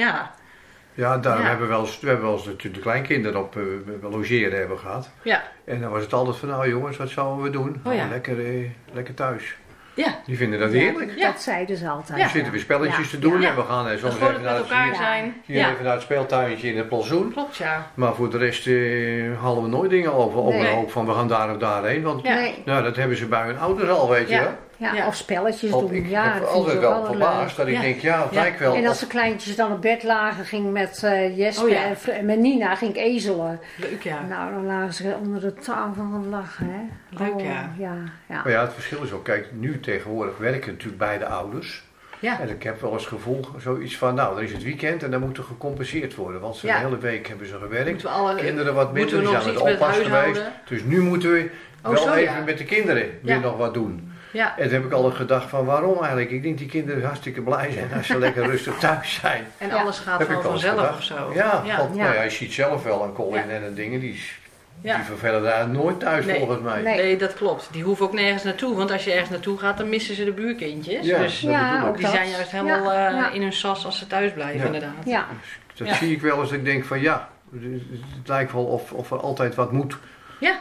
Ja, daarom hebben we wel eens de kleinkinderen op logeren hebben gehad. Ja. En dan was het altijd van nou jongens, wat zouden we doen? Lekker thuis. Ja. Die vinden dat heerlijk. Ja. Dat zeiden ze altijd. Dan zitten we spelletjes te doen en we gaan soms even naar even naar het speeltuintje in het plantsoen. Klopt, ja. Maar voor de rest halen we nooit dingen over een hoop van we gaan daar of daarheen. Want dat hebben ze bij hun ouders al, weet je wel. Ja, of spelletjes doen. Ik heb altijd wel verbaasd dat ik denk, het lijkt wel. En als de kleintjes dan op bed lagen, ging met Jesper en met Nina ging ik ezelen. Leuk, ja. Nou, dan lagen ze onder de tafel van lachen, hè. Leuk, ja. Maar het verschil is ook, kijk, nu tegenwoordig werken natuurlijk beide ouders. Ja. En ik heb wel eens gevoel, zoiets van, nou, dan is het weekend en dan moet er gecompenseerd worden. Want de hele week hebben ze gewerkt. Kinderen wat minder, die zijn met de oppas geweest. Dus nu moeten we wel even met de kinderen weer nog wat doen. Ja. En toen heb ik altijd gedacht van waarom eigenlijk? Ik denk die kinderen hartstikke blij zijn als ze lekker rustig thuis zijn. En alles gaat wel vanzelf of zo. Want je ziet zelf wel aan Colin en dingen die vervelen daar nooit thuis volgens mij. Nee, dat klopt. Die hoeven ook nergens naartoe. Want als je ergens naartoe gaat, dan missen ze de buurkindjes. Ja, dus die zijn juist helemaal in hun sas als ze thuis blijven inderdaad. Ja. Dus dat zie ik wel als ik denk van het lijkt wel of er altijd wat moet. Ja.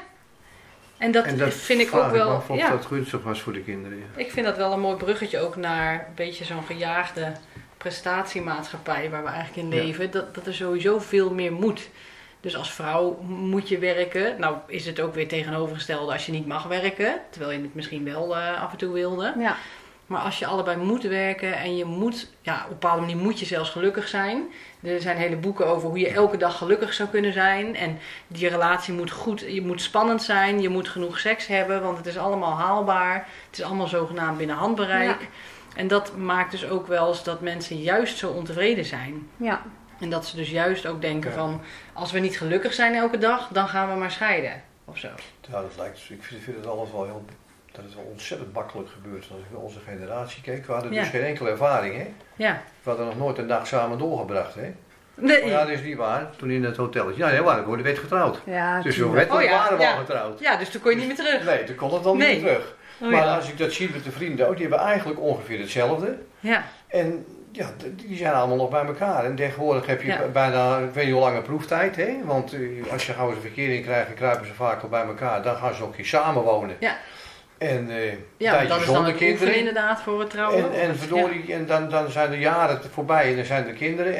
En dat vind ik ook wel. Of dat gunstig was voor de kinderen. Ja. Ik vind dat wel een mooi bruggetje ook naar een beetje zo'n gejaagde prestatiemaatschappij waar we eigenlijk in leven. Dat er sowieso veel meer moet. Dus als vrouw moet je werken. Nou is het ook weer tegenovergestelde als je niet mag werken. Terwijl je het misschien wel af en toe wilde. Ja. Maar als je allebei moet werken en je moet, op een bepaalde manier moet je zelfs gelukkig zijn. Er zijn hele boeken over hoe je elke dag gelukkig zou kunnen zijn. En die relatie moet goed, je moet spannend zijn, je moet genoeg seks hebben, want het is allemaal haalbaar. Het is allemaal zogenaamd binnen handbereik. Ja. En dat maakt dus ook wel eens dat mensen juist zo ontevreden zijn. Ja. En dat ze dus juist ook denken van, als we niet gelukkig zijn elke dag, dan gaan we maar scheiden. Of zo. Ja, dat lijkt, ik vind het alles wel heel... Dat is wel ontzettend makkelijk gebeurd. Als ik naar onze generatie keek, we hadden dus geen enkele ervaring, hè? Ja. We hadden nog nooit een dag samen doorgebracht, hè? Nee. Maar dat is niet waar. Toen in het hotelletje. Ja, we werd getrouwd. Ja, dus we waren we al getrouwd. Ja, dus toen kon je niet meer terug. Nee, toen kon het dan niet meer terug. Maar als ik dat zie met de vrienden ook, die hebben eigenlijk ongeveer hetzelfde. Ja. En die zijn allemaal nog bij elkaar. En tegenwoordig heb je bijna, ik weet niet hoe lang, een proeftijd, hè? Want als je gauw eens een verkering krijgt, kruipen ze vaak al bij elkaar. Dan gaan ze ook hier samenwonen. Ja. En dat is dan het kinderen inderdaad voor het trouwen. En verdorie, en dan zijn de jaren voorbij en dan zijn er kinderen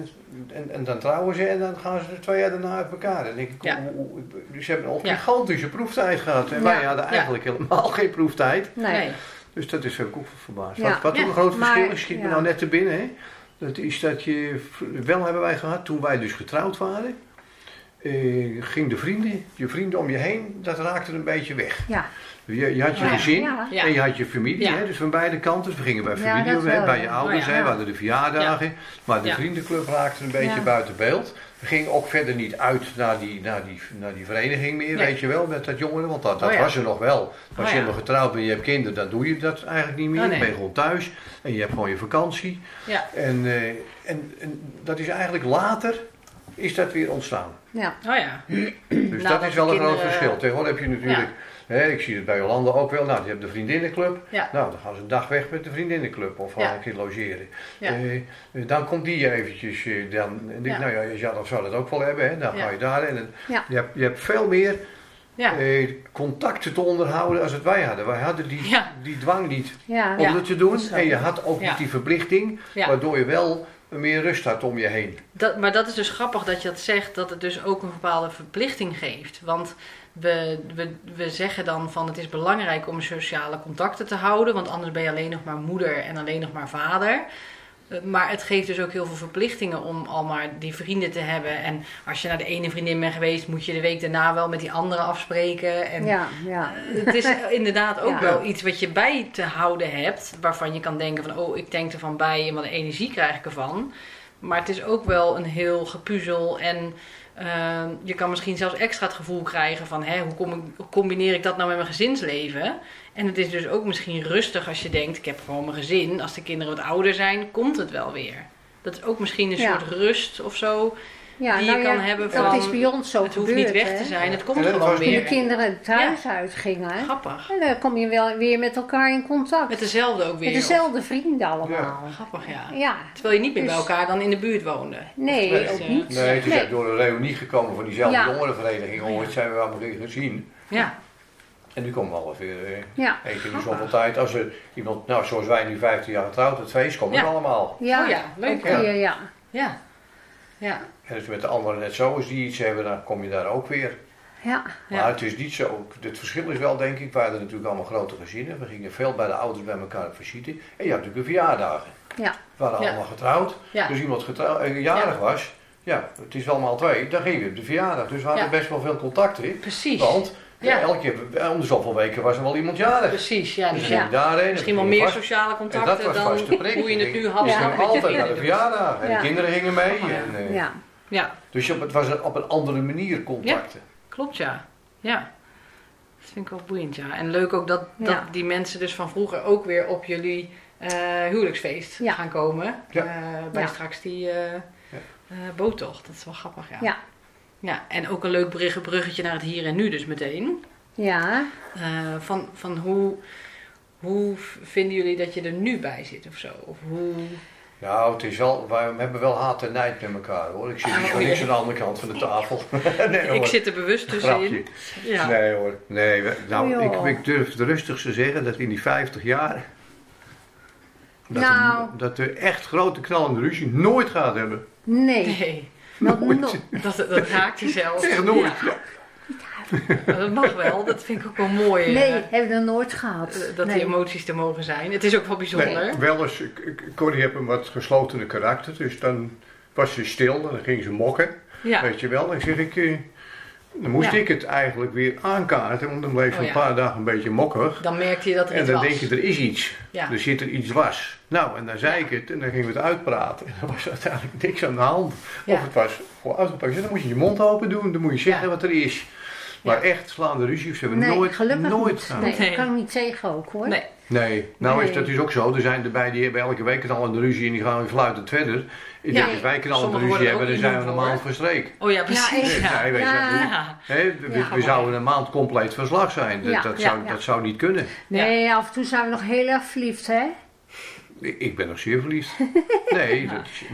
en dan trouwen ze en dan gaan ze 2 jaar daarna uit elkaar. En dan denk ik, ze hebben al gigantische proeftijd gehad. En wij hadden eigenlijk helemaal geen proeftijd. Nee. Dus dat is ook verbaasd. Ja. Wat ook een groot verschil is, schiet me nou net te binnen. Hè? Dat is dat wel hebben wij gehad toen wij dus getrouwd waren. Ging je vrienden om je heen, dat raakte een beetje weg. Ja. Je had je gezin en je had je familie, hè, dus van beide kanten. Dus we gingen bij familie, bij je ouders, we hadden de verjaardagen. Maar de vriendenclub raakte een beetje buiten beeld. We gingen ook verder niet uit naar die vereniging meer, weet je wel, met dat jongeren. Want dat was er nog wel. Als je helemaal getrouwd bent en je hebt kinderen, dan doe je dat eigenlijk niet meer. Dan ben je gewoon thuis en je hebt gewoon je vakantie. Ja. En dat is eigenlijk later, is dat weer ontstaan. Ja. Oh ja. Dus dat is wel een groot verschil. Tegenwoordig heb je natuurlijk... ik zie het bij Jolanda ook wel. Nou, je hebt de vriendinnenclub. Ja. Nou, dan gaan ze een dag weg met de vriendinnenclub of gaan een keer logeren. Ja. Dan komt die eventjes. Dan denk ik, dan zou dat ook wel hebben. Hè. Dan ga je daar en je hebt veel meer contacten te onderhouden als het wij hadden. Wij hadden die dwang niet om het te doen. En je had ook niet die verplichting, waardoor je wel meer rust had om je heen. Maar dat is dus grappig dat je dat zegt, dat het dus ook een bepaalde verplichting geeft. Want we zeggen dan van het is belangrijk om sociale contacten te houden, want anders ben je alleen nog maar moeder en alleen nog maar vader. Maar het geeft dus ook heel veel verplichtingen om al maar die vrienden te hebben. En als je naar de ene vriendin bent geweest, moet je de week daarna wel met die andere afspreken. En het is inderdaad ook wel iets wat je bij te houden hebt. Waarvan je kan denken van, ik denk ervan bij en wat energie krijg ik ervan. Maar het is ook wel een heel gepuzzel en je kan misschien zelfs extra het gevoel krijgen van hoe combineer ik dat nou met mijn gezinsleven? En het is dus ook misschien rustig als je denkt, ik heb gewoon mijn gezin. Als de kinderen wat ouder zijn, komt het wel weer. Dat is ook misschien een soort rust of zo. Ja, die je kan hebben van, dat is bij ons zo het hoeft niet weg te zijn, het komt gewoon weer. Toen de kinderen het huis uitgingen. Grappig. En dan kom je wel weer met elkaar in contact. Met dezelfde ook weer. Met dezelfde vrienden allemaal. Grappig, ja. Terwijl je niet meer bij elkaar dan in de buurt woonde. Nee, ook niet. Nee, het is door een reunie gekomen van diezelfde jongerenvereniging. Ooit zijn we allemaal weer gezien. Ja. En nu komen we alweer één keer in zoveel tijd. Als er iemand, zoals wij nu 15 jaar getrouwd, het feest komen we allemaal. Ja, leuk. Ja. En als met de anderen net zo, als die iets hebben, dan kom je daar ook weer. Ja. Maar het is niet zo, het verschil is wel denk ik, wij hadden natuurlijk allemaal grote gezinnen. We gingen veel bij de ouders bij elkaar op visite. En je had natuurlijk een verjaardagen. Ja. We waren allemaal getrouwd. Ja. Dus iemand jarig was, het is wel maal 2, dan gingen we op de verjaardag. Dus we hadden best wel veel contacten. Precies. Want elke keer, om de zoveel weken was er wel iemand jarig. Precies, dus daarheen. Misschien wel meer sociale contacten dan hoe je het nu had. Dus we altijd naar de verjaardag. En de kinderen gingen mee. Dus het was op een andere manier contacten. Klopt, ja. Dat vind ik wel boeiend, En leuk ook dat die mensen dus van vroeger ook weer op jullie huwelijksfeest gaan komen. Bij straks die boottocht. Dat is wel grappig, Ja, en ook een leuk bruggetje naar het hier en nu dus meteen. Ja. Van hoe vinden jullie dat je er nu bij zit of zo? Of hoe... Nou, het is wel, wij hebben wel haat en nijd met elkaar hoor. Ik zit niet voor niks aan de andere kant van de tafel. Nee, hoor. Ik zit er bewust tussenin. Ja. Nee hoor. Nee, ik durf het rustig te zeggen dat in die 50 jaar... Dat we echt grote knallende ruzie nooit gehad hebben. Nee. Dat raakt hij zelf. Echt nooit. Dat mag wel, dat vind ik ook wel mooi. Nee, hebben we nooit gehad. Dat die emoties er mogen zijn. Het is ook wel bijzonder. Nee, wel eens, Connie heeft een wat gesloten karakter, dus dan was ze stil en dan ging ze mokken. Ja. Weet je wel, dan zeg ik... Dan moest ik het eigenlijk weer aankaarten, want dan bleef een paar dagen een beetje mokkig. Dan merkte je dat er iets was. En dan denk je, er is iets. Ja. Er zit er iets was. Nou, en dan zei ik het en dan gingen we het uitpraten. En dan was er uiteindelijk niks aan de hand. Ja. Of het was gewoon uitgepakt. Dan moet je je mond open doen, dan moet je zeggen wat er is. Maar echt slaande ruzies hebben we nooit gehad. Nee, dat kan ik niet tegen ook hoor. Nee. Is dat dus ook zo. Er zijn erbij die hebben elke week al een ruzie en die gaan weer fluitend verder. Ik denk, als wij al een ruzie hebben, dan zijn we een maand verstreken. Oh ja, precies. We zouden een maand compleet van slag zijn. Dat zou niet kunnen. Nee, af en toe zijn we nog heel erg verliefd, hè? Ik ben nog zeer verliefd. Nee,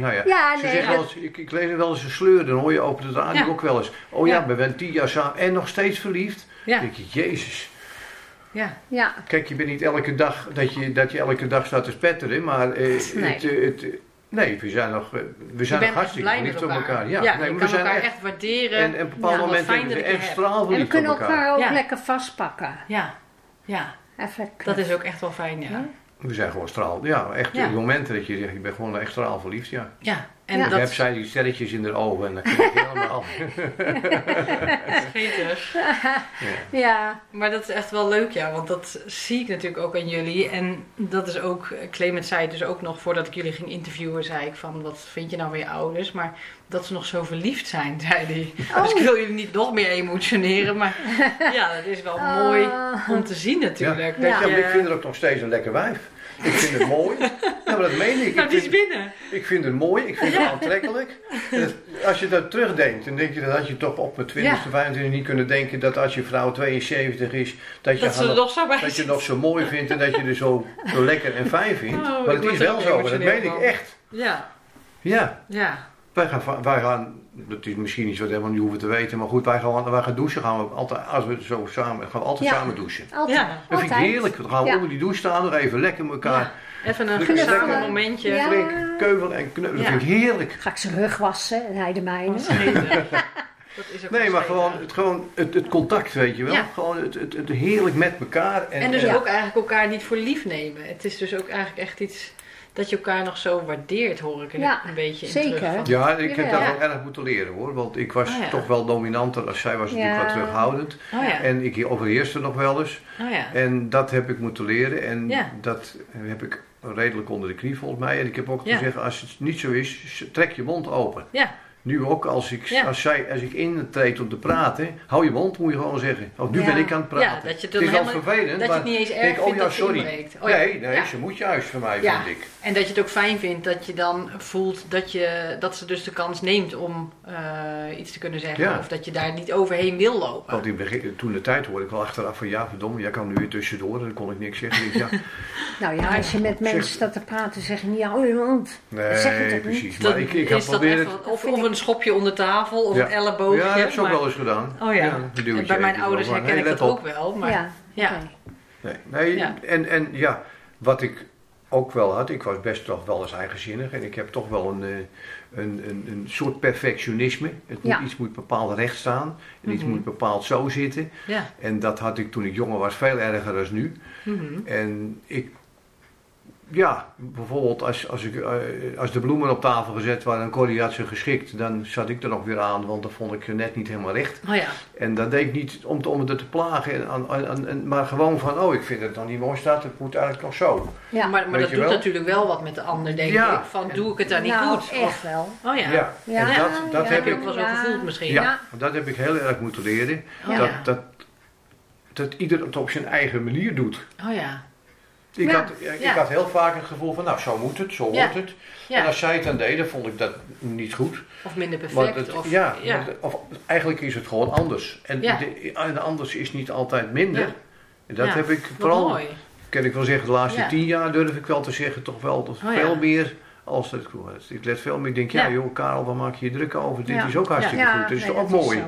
ik lees wel eens een sleur, dan hoor je op de radio ook wel eens. Oh ja, we zijn 10 jaar samen en nog steeds verliefd. Dan denk je, Jezus. Ja. Kijk, je bent niet elke dag dat je elke dag staat te spetteren, maar we zijn nog hartstikke verliefd op elkaar. Ja, we zijn elkaar echt waarderen. En op een bepaald moment hebben we echt straalverliefd op elkaar. En we kunnen elkaar ook lekker vastpakken. Ja. Dat is ook echt wel fijn, We zijn gewoon straal. Ja, echt op momenten dat je zegt, je bent gewoon echt straal verliefd, En dan heb zij die sterretjes in haar ogen en dan krijg je helemaal... Scheetig. Ja. Maar dat is echt wel leuk, want dat zie ik natuurlijk ook aan jullie. En dat is ook, Clement zei dus ook nog, voordat ik jullie ging interviewen, zei ik van, wat vind je nou van je ouders? Maar dat ze nog zo verliefd zijn, zei hij. Dus ik wil jullie niet nog meer emotioneren, maar dat is wel mooi om te zien natuurlijk. Maar ik vind het ook nog steeds een lekker wijf. Ik vind het mooi. Ja, maar dat meen ik. Nou, die is binnen. Ik vind het mooi. Ik vind het aantrekkelijk. Als je dat terugdenkt, dan denk je dat had je toch op mijn 20ste, 25 niet kunnen denken dat als je vrouw 72 is, dat je nog zo mooi vindt en dat je er zo lekker en fijn vindt. Maar het is wel zo. Dat meen ik echt. Ja. Wij gaan, dat is misschien iets wat we helemaal niet hoeven te weten, maar goed, wij gaan douchen, gaan we altijd, als we zo samen, gaan we altijd samen douchen. Altijd. Dat vind ik heerlijk. Dan gaan we onder die douche staan, nog even lekker met elkaar. Even een samen momentje. Flink keuvel en knuffelen. Dat vind ik heerlijk. Ga ik zijn rug wassen en hij de mijne. Nee, maar gewoon het contact, weet je wel. Gewoon het heerlijk met elkaar. En dus ook eigenlijk elkaar niet voor lief nemen. Het is dus ook eigenlijk echt iets dat je elkaar nog zo waardeert, hoor ik er een beetje in zeker. terug. Ja, ik heb dat wel erg moeten leren hoor. Want ik was toch wel dominanter als zij was natuurlijk wat terughoudend. En ik overheerste nog wel eens. En dat heb ik moeten leren. En dat heb ik redelijk onder de knie volgens mij. En ik heb ook gezegd, als het niet zo is, trek je mond open. Ja. Nu ook, als ik intreed om te praten, hou je mond, moet je gewoon zeggen. Oh, nu ben ik aan het praten. Ja, dat je het is wel vervelend, dat je het niet eens erg vindt dat je inbreekt. Nee, ze moet juist voor mij, vind ik. En dat je het ook fijn vindt dat je dan voelt dat ze dus de kans neemt om iets te kunnen zeggen. Of dat je daar niet overheen wil lopen. Want toen de tijd hoorde ik wel achteraf van, ja verdomme, jij kan nu weer tussendoor. En dan kon ik niks zeggen. Nou ja, als je met mensen staat te praten, zeg je niet, hou je mond. Nee, precies. Maar ik heb geprobeerd... Of een schopje onder tafel, of een elleboogje. Ja, dat heb ik ook wel eens gedaan. Oh ja. En bij mijn ouders herken ik dat ook wel. Maar, En wat ik ook wel had, ik was best toch wel eens eigenzinnig. En ik heb toch wel een soort perfectionisme. Iets moet bepaald recht staan. En iets moet bepaald zo zitten. Ja. En dat had ik toen ik jonger was veel erger dan nu. En bijvoorbeeld als de bloemen op tafel gezet waren en Corrie had ze geschikt, dan zat ik er nog weer aan, want dat vond ik net niet helemaal recht. En dat deed ik niet om het te plagen, maar gewoon van, ik vind het dan niet mooi staat, het moet eigenlijk nog zo. Ja. Maar dat doet natuurlijk wel wat met de ander, denk ik. Van, doe ik het dan niet goed? Echt wel. En dat heb ik wel zo gevoeld misschien. Ja, dat heb ik heel erg moeten leren. Dat ieder het op zijn eigen manier doet. Ik had heel vaak het gevoel van, zo moet het, zo hoort het. En als zij het dan deden, vond ik dat niet goed. Of minder perfect. Of eigenlijk is het gewoon anders. En anders is niet altijd minder. En dat heb ik vooral, kan ik wel zeggen, de laatste 10 jaar durf ik wel te zeggen, toch wel veel meer als dat ik vroeger had. Ik let veel meer, ik denk, joh Karel, waar maak je je druk over? Dit is ook hartstikke goed, dat is toch ook mooi.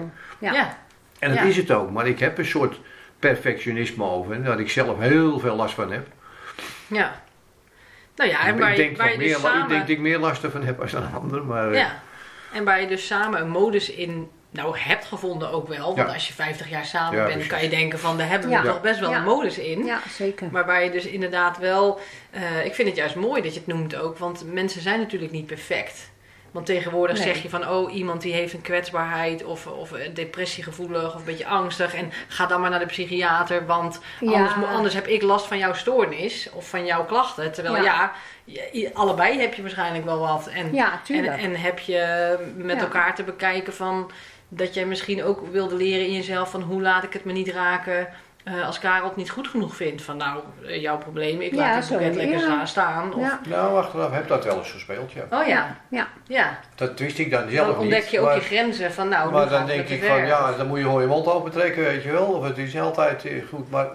En dat is het ook, maar ik heb een soort perfectionisme over, en dat ik zelf heel veel last van heb. Ja. Nou ja, en ik denk dat ik meer last ervan heb als een ander. Maar, en waar je dus samen een modus in hebt gevonden ook wel. Want als je 50 jaar samen bent, precies. Kan je denken van, daar hebben we toch best wel een modus in. Ja, zeker. Maar waar je dus inderdaad wel... ik vind het juist mooi dat je het noemt ook. Want mensen zijn natuurlijk niet perfect. Want tegenwoordig zeg je van, iemand die heeft een kwetsbaarheid of depressiegevoelig of een beetje angstig. En ga dan maar naar de psychiater, want anders heb ik last van jouw stoornis of van jouw klachten. Terwijl allebei heb je waarschijnlijk wel wat. En heb je met elkaar te bekijken van dat jij misschien ook wilde leren in jezelf van hoe laat ik het me niet raken... als Karel het niet goed genoeg vindt van jouw probleem, ik laat het boeket lekker staan. Of... Nou, achteraf heb dat wel eens gespeeld, Oh ja. Dat wist ik dan zelf niet. Dan ontdek je ook je grenzen van maar dan denk ik van, dan moet je gewoon je mond open trekken, weet je wel. Of het is altijd goed, maar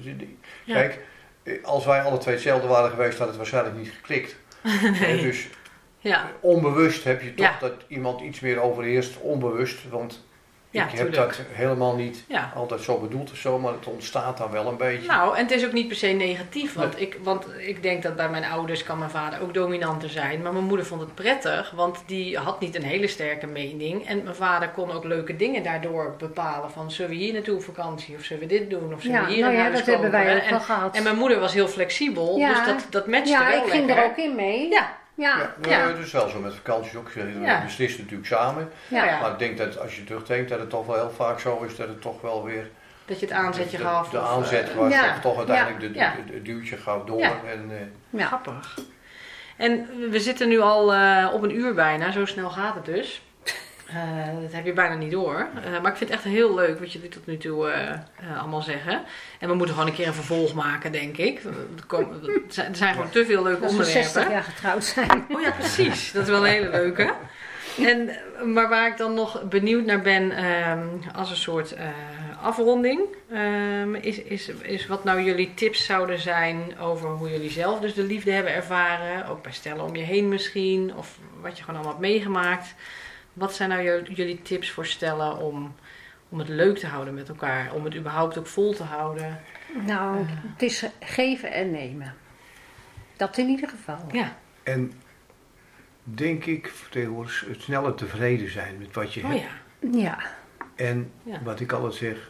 kijk, als wij alle twee hetzelfde waren geweest, had het waarschijnlijk niet geklikt. Nee. Dus onbewust heb je toch dat iemand iets meer overheerst, onbewust, want... ik heb dat helemaal niet altijd zo bedoeld of zo, maar het ontstaat dan wel een beetje. Nou, en het is ook niet per se negatief, want ik denk dat bij mijn ouders kan mijn vader ook dominanter zijn. Maar mijn moeder vond het prettig, want die had niet een hele sterke mening. En mijn vader kon ook leuke dingen daardoor bepalen van, zullen we hier naartoe op vakantie of zullen we dit doen of zullen we hier een huis dat hebben wij ook wel gehad. En mijn moeder was heel flexibel, dus dat matchte wel lekker. Ja, ik ging er ook in mee. Het is wel zo met vakanties ook. We beslissen natuurlijk samen. Maar ik denk dat als je terugdenkt dat het toch wel heel vaak zo is dat het toch wel weer... Dat je het aanzetje gaf. De aanzet was toch uiteindelijk het duwtje gaf door. Grappig. En we zitten nu al op een uur bijna, zo snel gaat het dus. Dat heb je bijna niet door. Maar ik vind het echt heel leuk wat jullie tot nu toe allemaal zeggen. En we moeten gewoon een keer een vervolg maken, denk ik. Er zijn gewoon te veel leuke onderwerpen. Als we 60 jaar getrouwd zijn. Oh ja, precies. Dat is wel een hele leuke. Maar waar ik dan nog benieuwd naar ben, als een soort afronding, is wat nou jullie tips zouden zijn over hoe jullie zelf dus de liefde hebben ervaren. Ook bij stellen om je heen misschien. Of wat je gewoon allemaal hebt meegemaakt. Wat zijn nou jullie tips voor stellen om het leuk te houden met elkaar? Om het überhaupt ook vol te houden? Nou, het is geven en nemen. Dat in ieder geval. Ja. En denk ik tegenwoordig sneller tevreden zijn met wat je hebt. Ja. En wat ik altijd zeg,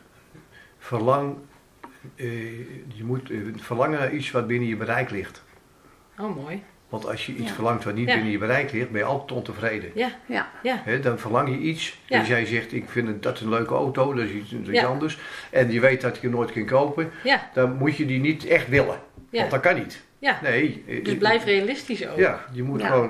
je moet verlangen naar iets wat binnen je bereik ligt. Oh, mooi. Want als je iets verlangt wat niet binnen je bereik ligt, ben je altijd ontevreden. Ja. Dan verlang je iets. Ja. Dus jij zegt, ik vind dat een leuke auto, dat is iets anders. En je weet dat je hem nooit kunt kopen. Ja. Dan moet je die niet echt willen. Ja. Want dat kan niet. Ja. Nee. Dus blijf realistisch ook. Ja, je moet gewoon...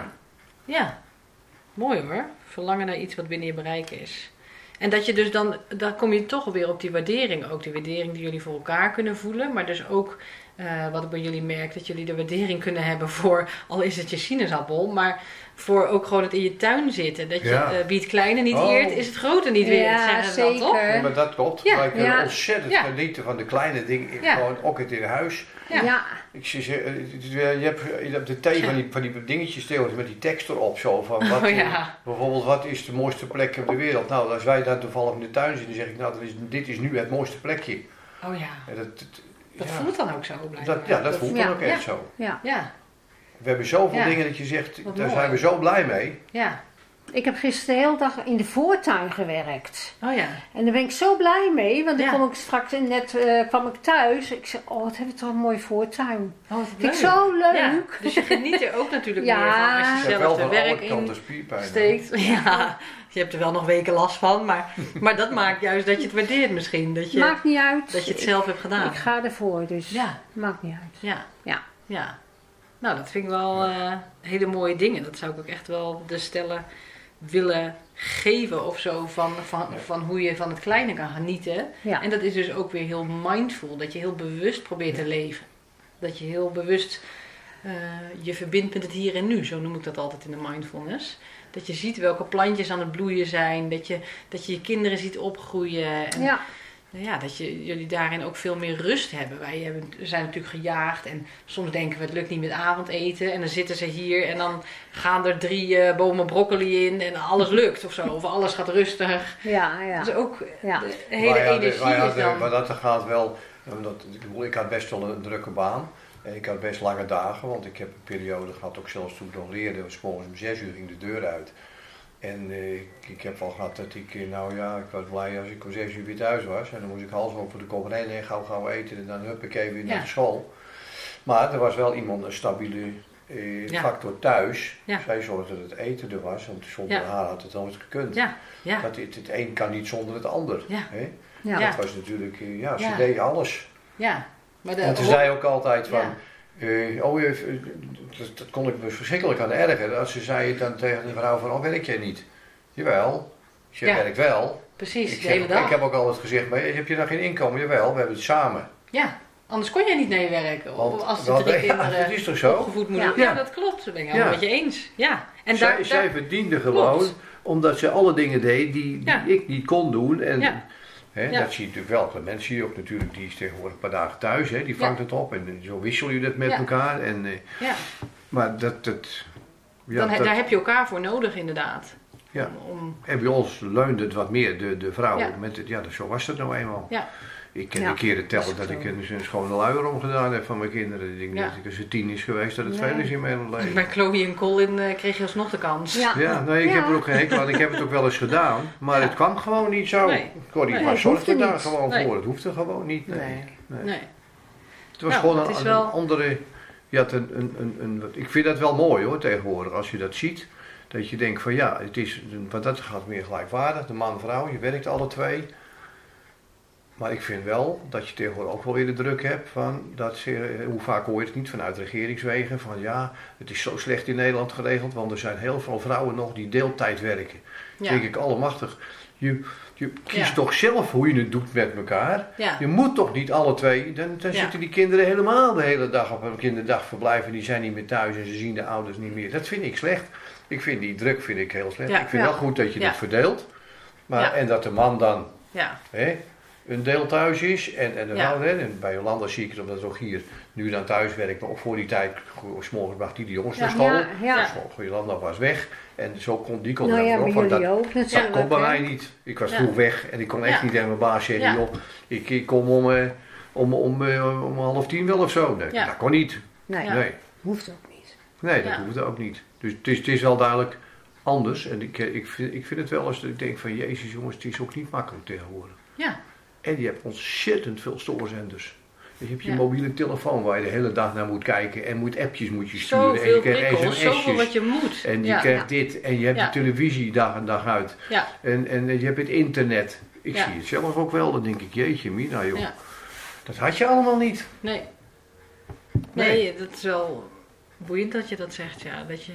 Ja. Mooi hoor. Verlangen naar iets wat binnen je bereik is. En dat je dus dan kom je toch weer op die waardering ook. Die waardering die jullie voor elkaar kunnen voelen. Maar dus ook, wat ik bij jullie merk, dat jullie de waardering kunnen hebben voor, al is het je sinaasappel, maar voor ook gewoon het in je tuin zitten. Dat je, wie het kleine niet eert, is het grote niet weer. Zeggen ze dan toch? Ja, maar dat klopt. Wij kunnen ontzettend genieten van de kleine dingen. Gewoon ook het in huis. Ja. Ik zie, je hebt de thee van die dingetjes met die tekst erop. Zo, van bijvoorbeeld, wat is de mooiste plek op de wereld? Nou, als wij daar toevallig in de tuin zitten, dan zeg ik, nou, dit is nu het mooiste plekje. Oh ja. Dat voelt dan ook zo, blijkbaar. Dat voelt dan ook echt zo. Ja. We hebben zoveel dingen dat je zegt, daar zijn we zo blij mee. Ja. Ik heb gisteren de hele dag in de voortuin gewerkt. Oh ja. En daar ben ik zo blij mee, want dan kom ik straks kwam ik thuis. Ik zei, wat hebben we toch een mooie voortuin. Vind ik zo leuk. Ja, dus je geniet er ook natuurlijk meer van als je zelf er werk in steekt. Ja, je hebt er wel nog weken last van, maar dat maakt juist dat je het waardeert misschien. Maakt niet uit. Dat je het zelf hebt gedaan. Ik ga ervoor, dus maakt niet uit. Ja. Nou, dat vind ik wel hele mooie dingen. Dat zou ik ook echt wel de stellen willen geven of zo. Van hoe je van het kleine kan genieten. Ja. En dat is dus ook weer heel mindful. Dat je heel bewust probeert te leven. Dat je heel bewust je verbindt met het hier en nu. Zo noem ik dat altijd in de mindfulness. Dat je ziet welke plantjes aan het bloeien zijn. Dat je je kinderen ziet opgroeien. En, dat jullie daarin ook veel meer rust hebben. Wij zijn natuurlijk gejaagd en soms denken we het lukt niet met avondeten. En dan zitten ze hier en dan gaan er 3 bomen broccoli in en alles lukt of zo. Of alles gaat rustig. Ja. Dus ook de hele energie is dan... Maar dat gaat wel... Ik had best wel een drukke baan. En ik had best lange dagen, want ik heb een periode gehad, ook zelfs toen ik nog leerde. 's morgens om 6 uur ging de deur uit. En ik heb al gehad dat ik was blij als ik om 6 uur weer thuis was. En dan moest ik hals over de kop rijden en gauw eten en dan huppakee weer naar de school. Maar er was wel iemand, een stabiele factor thuis. Zij zorgde dat het eten er was, want zonder haar had het nooit gekund. Dat het een kan niet zonder het ander. Dat was natuurlijk, ze deed alles. En ze zei ook altijd van... dat kon ik me verschrikkelijk aan ergeren. Als ze zei dan tegen de vrouw van, werk jij niet? Jawel, je werkt wel. Precies, de hele dag. Ik heb ook altijd gezegd, maar heb je dan geen inkomen? Jawel, we hebben het samen. Ja, anders kon jij niet naar je werk. Als de 3 kinderen dat is toch zo? Opgevoed moeten worden. Ja, dat klopt. Dat ben ik helemaal met je eens. Ja. En zij verdiende gewoon, omdat ze alle dingen deed die ik niet kon doen. En, dat zie je natuurlijk wel. Mensen zie je ook natuurlijk, die is tegenwoordig een paar dagen thuis, die vangt het op en zo wissel je dat met elkaar. En, maar daar heb je elkaar voor nodig inderdaad. Ja. En bij ons leunde het wat meer, de vrouw. Zo was dat nou eenmaal. Ja. Ik kan een keer tellen dat ik een schone luier omgedaan heb van mijn kinderen. Ik denk dat ik als ze 10 is geweest, dat het veel is in mijn leven. Bij Chloe en Colin kreeg je alsnog de kans. Ik heb er ook geen hekel aan. Ik heb het ook wel eens gedaan, maar het kwam gewoon niet zo. Maar zorgde daar gewoon voor. Het hoefde gewoon niet. Nee. Het was gewoon een andere... Je had ik vind dat wel mooi hoor, tegenwoordig, als je dat ziet. Dat je denkt van het is, want dat gaat meer gelijkwaardig. De man en vrouw, je werkt alle twee. Maar ik vind wel dat je tegenwoordig ook wel weer de druk hebt van, hoe vaak hoor je het niet vanuit regeringswegen, van het is zo slecht in Nederland geregeld, want er zijn heel veel vrouwen nog die deeltijd werken. Dan denk ik, allemachtig, je kiest toch zelf hoe je het doet met elkaar. Ja. Je moet toch niet alle twee, dan zitten die kinderen helemaal de hele dag op een kinderdagverblijf en die zijn niet meer thuis en ze zien de ouders niet meer. Dat vind ik slecht. Ik vind die druk heel slecht. Ik vind wel goed dat je het verdeelt. Maar, en dat de man dan een deel thuis is. En bij Jolanda zie ik het, omdat het ook hier nu dan thuis werkt. Maar ook voor die tijd, 's morgens bracht die jongens naar school. Jolanda was weg. En zo kon die kon bij jullie ook. Dat kon bij mij niet. Ik was vroeg weg en ik kon echt niet tegen mijn baas zeggen, joh, ik kom om 9:30 wel of zo. Dat kon niet. Nee. Hoeft ook niet. Nee, dat hoefde ook niet. Dus het is wel duidelijk anders. En ik vind het wel eens, ik denk van, jezus jongens, het is ook niet makkelijk tegenwoordig. Ja. En je hebt ontzettend veel stoorzenders. Dus je hebt je mobiele telefoon waar je de hele dag naar moet kijken en appjes moet je sturen. Zoveel en je krijgt prikkels, sms'jes. zoveel wat je moet. En je krijgt dit en je hebt de televisie dag en dag uit. Ja. En je hebt het internet. Ik zie het zelf ook wel, dan denk ik, jeetje mina joh. Ja. Dat had je allemaal niet. Nee, dat is wel boeiend dat je dat zegt, ja. Dat je...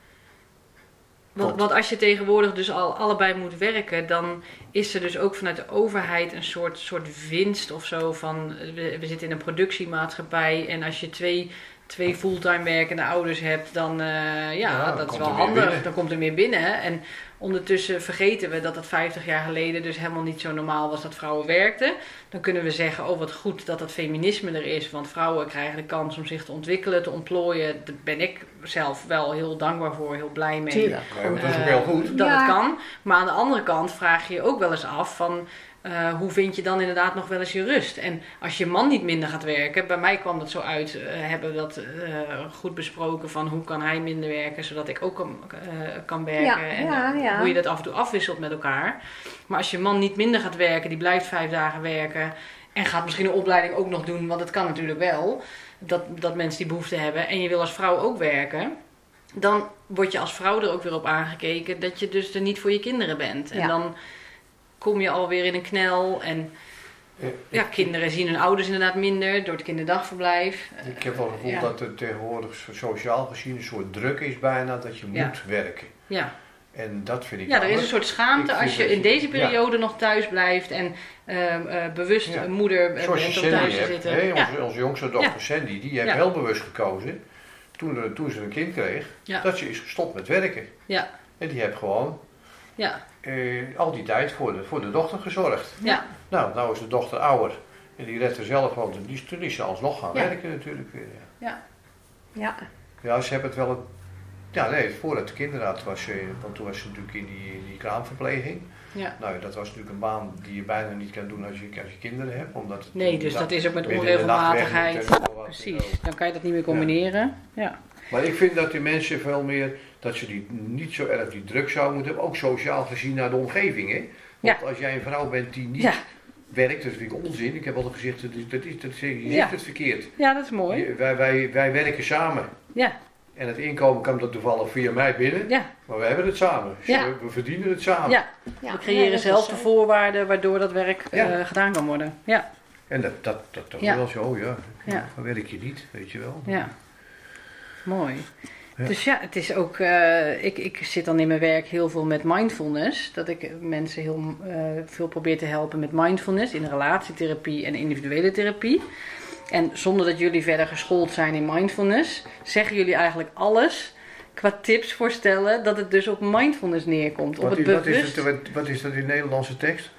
Want als je tegenwoordig dus al allebei moet werken, dan is er dus ook vanuit de overheid een soort winst of zo van, we zitten in een productiemaatschappij en als je twee fulltime werkende ouders hebt, dan dat is wel handig. Dan komt er meer binnen. Hè? En ondertussen vergeten we dat het 50 jaar geleden dus helemaal niet zo normaal was dat vrouwen werkten. Dan kunnen we zeggen, oh wat goed dat dat feminisme er is, want vrouwen krijgen de kans om zich te ontwikkelen, te ontplooien. Daar ben ik zelf wel heel dankbaar voor, heel blij mee. Tuurlijk. Dat is ook heel goed. Dat het kan. Maar aan de andere kant vraag je je ook wel eens af van, hoe vind je dan inderdaad nog wel eens je rust? En als je man niet minder gaat werken, bij mij kwam dat zo uit, hebben we dat goed besproken van hoe kan hij minder werken, zodat ik ook kan werken en hoe je dat af en toe afwisselt met elkaar. Maar als je man niet minder gaat werken, die blijft 5 dagen werken en gaat misschien een opleiding ook nog doen, want het kan natuurlijk wel, dat mensen die behoefte hebben en je wil als vrouw ook werken, dan word je als vrouw er ook weer op aangekeken dat je dus er niet voor je kinderen bent. En dan kom je alweer in een knel en kinderen zien hun ouders inderdaad minder door het kinderdagverblijf. Ik heb wel het gevoel dat er tegenwoordig sociaal gezien een soort druk is bijna dat je moet werken. Ja. En dat vind ik er is een soort schaamte als je in deze periode nog thuis blijft en bewust een moeder bent om thuis te zitten. Onze jongste dochter Sandy, die heeft heel bewust gekozen, toen ze een kind kreeg, dat ze is gestopt met werken. Ja. En die heeft gewoon al die tijd voor de dochter gezorgd. Ja. Nou is de dochter ouder en die redt er zelf gewoon. Toen is ze alsnog gaan werken natuurlijk weer. Ja, ze hebben het wel... voordat de kinderen had, want toen was ze natuurlijk in die kraamverpleging. Ja. Nou, dat was natuurlijk een baan die je bijna niet kan doen als je kinderen hebt. Omdat het dus dat is ook met onregelmatigheid. Precies, dan kan je dat niet meer combineren. Ja. Maar ik vind dat die mensen veel meer, dat ze niet zo erg die druk zouden moeten hebben, ook sociaal gezien naar de omgeving. Hè? Want als jij een vrouw bent die niet werkt, dat vind ik onzin. Ik heb altijd gezegd, je zegt het verkeerd. Ja, dat is mooi. Wij werken samen. Ja. En het inkomen komt dat toevallig via mij binnen, maar we hebben het samen. We verdienen het samen. Ja. We creëren zelf de voorwaarden waardoor dat werk gedaan kan worden. Ja. En dat wel zo, dan werk je niet, weet je wel. Ja. Mooi. Ja. Dus het is ook, ik zit dan in mijn werk heel veel met mindfulness. Dat ik mensen heel veel probeer te helpen met mindfulness in relatietherapie en individuele therapie. En zonder dat jullie verder geschoold zijn in mindfulness, zeggen jullie eigenlijk alles qua tips voorstellen dat het dus op mindfulness neerkomt. Wat is dat in Nederlandse tekst?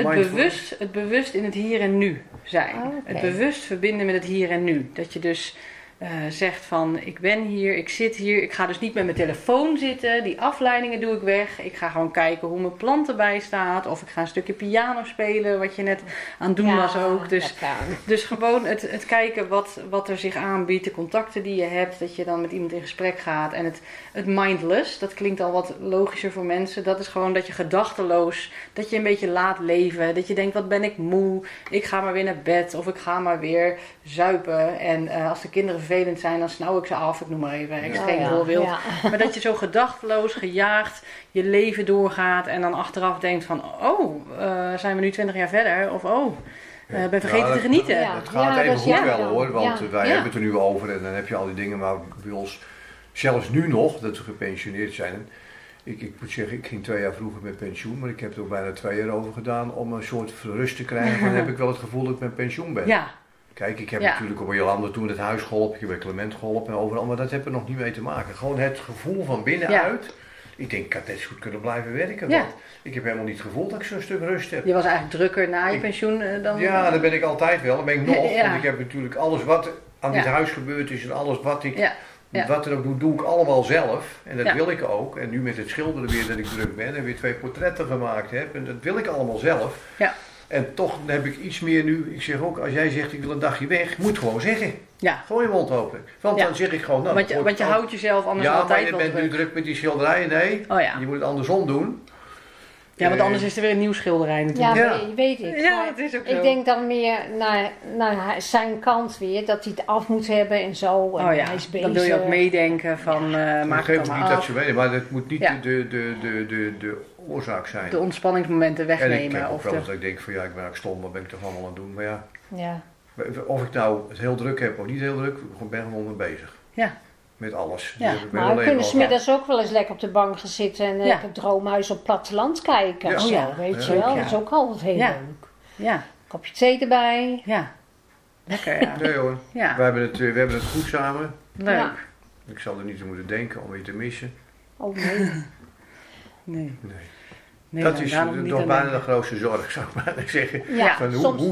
Het bewust in het hier en nu zijn. Oh, okay. Het bewust verbinden met het hier en nu. Dat je dus zegt van ik ben hier, ik zit hier, ik ga dus niet met mijn telefoon zitten, die afleidingen doe ik weg. Ik ga gewoon kijken hoe mijn plant erbij staat of ik ga een stukje piano spelen, wat je net aan het doen was ook. Dus gewoon het kijken wat er zich aanbiedt, de contacten die je hebt, dat je dan met iemand in gesprek gaat. En het mindless, dat klinkt al wat logischer voor mensen, dat is gewoon dat je gedachteloos, dat je een beetje laat leven, dat je denkt wat ben ik moe, ik ga maar weer naar bed of ik ga maar weer zuipen en als de kinderen vervelend zijn, dan snauw ik ze af. Ik noem maar even extreem voorbeeld. Ja. Maar dat je zo gedachteloos, gejaagd je leven doorgaat en dan achteraf denkt van zijn we nu 20 jaar verder? Of ben vergeten te genieten. Het gaat even goed wel hoor, want wij hebben het er nu over en dan heb je al die dingen waar bij ons, zelfs nu nog, dat we gepensioneerd zijn. Ik moet zeggen, ik ging 2 jaar vroeger met pensioen, maar ik heb er ook bijna 2 jaar over gedaan om een soort rust te krijgen. Dan heb ik wel het gevoel dat ik met pensioen ben. Ja. Kijk, ik heb natuurlijk op Jolanda toen het huis geholpen, ik heb bij Clement geholpen en overal, maar dat heeft er nog niet mee te maken. Gewoon het gevoel van binnenuit. Ik denk, ik had net zo goed kunnen blijven werken, want ik heb helemaal niet het gevoel dat ik zo'n stuk rust heb. Je was eigenlijk drukker na je pensioen dan? Ja, dat ben ik altijd wel, dat ben ik nog, want ik heb natuurlijk alles wat aan dit huis gebeurd is en alles wat ik... Wat er ook doe ik allemaal zelf. En dat wil ik ook. En nu met het schilderen weer dat ik druk ben en weer 2 portretten gemaakt heb. En dat wil ik allemaal zelf. Ja. En toch heb ik iets meer nu. Ik zeg ook, als jij zegt ik wil een dagje weg, moet gewoon zeggen. Ja. Gooi je mond open. Want dan zeg ik gewoon... Nou, want je houdt jezelf anders altijd wel maar je bent nu druk met die schilderijen. Nee, je moet het andersom doen. Ja, want anders is er weer een nieuw schilderij natuurlijk. Ja, weet ik. Ja, dat is ook zo. Ik denk dan meer naar zijn kant weer, dat hij het af moet hebben en zo. En hij is bezig. Dan wil je ook meedenken van maak het niet af. dat ze weten, maar het moet niet de oorzaak zijn. De ontspanningsmomenten wegnemen. En ik heb ook wel eens dat ik denk van ik ben eigenlijk stom, wat ben ik toch allemaal aan het doen. Maar ja. Of ik nou het heel druk heb of niet heel druk, ik ben gewoon mee bezig. Ja. Met alles. Ja. Maar we kunnen 's middags ook wel eens lekker op de bank gaan zitten en het droomhuis op het platteland kijken. Ja. Of zo, weet je wel. Dat is ook altijd heel leuk. Ja. Kopje thee erbij. Ja. Lekker, ja. Nee hoor. Ja. We hebben het goed samen. Leuk. Ja. Ik zal er niet aan moeten denken om je te missen. Oh nee. Nee. Dat is nog bijna de grootste zorg, zou ik bijna zeggen. Ja, van soms.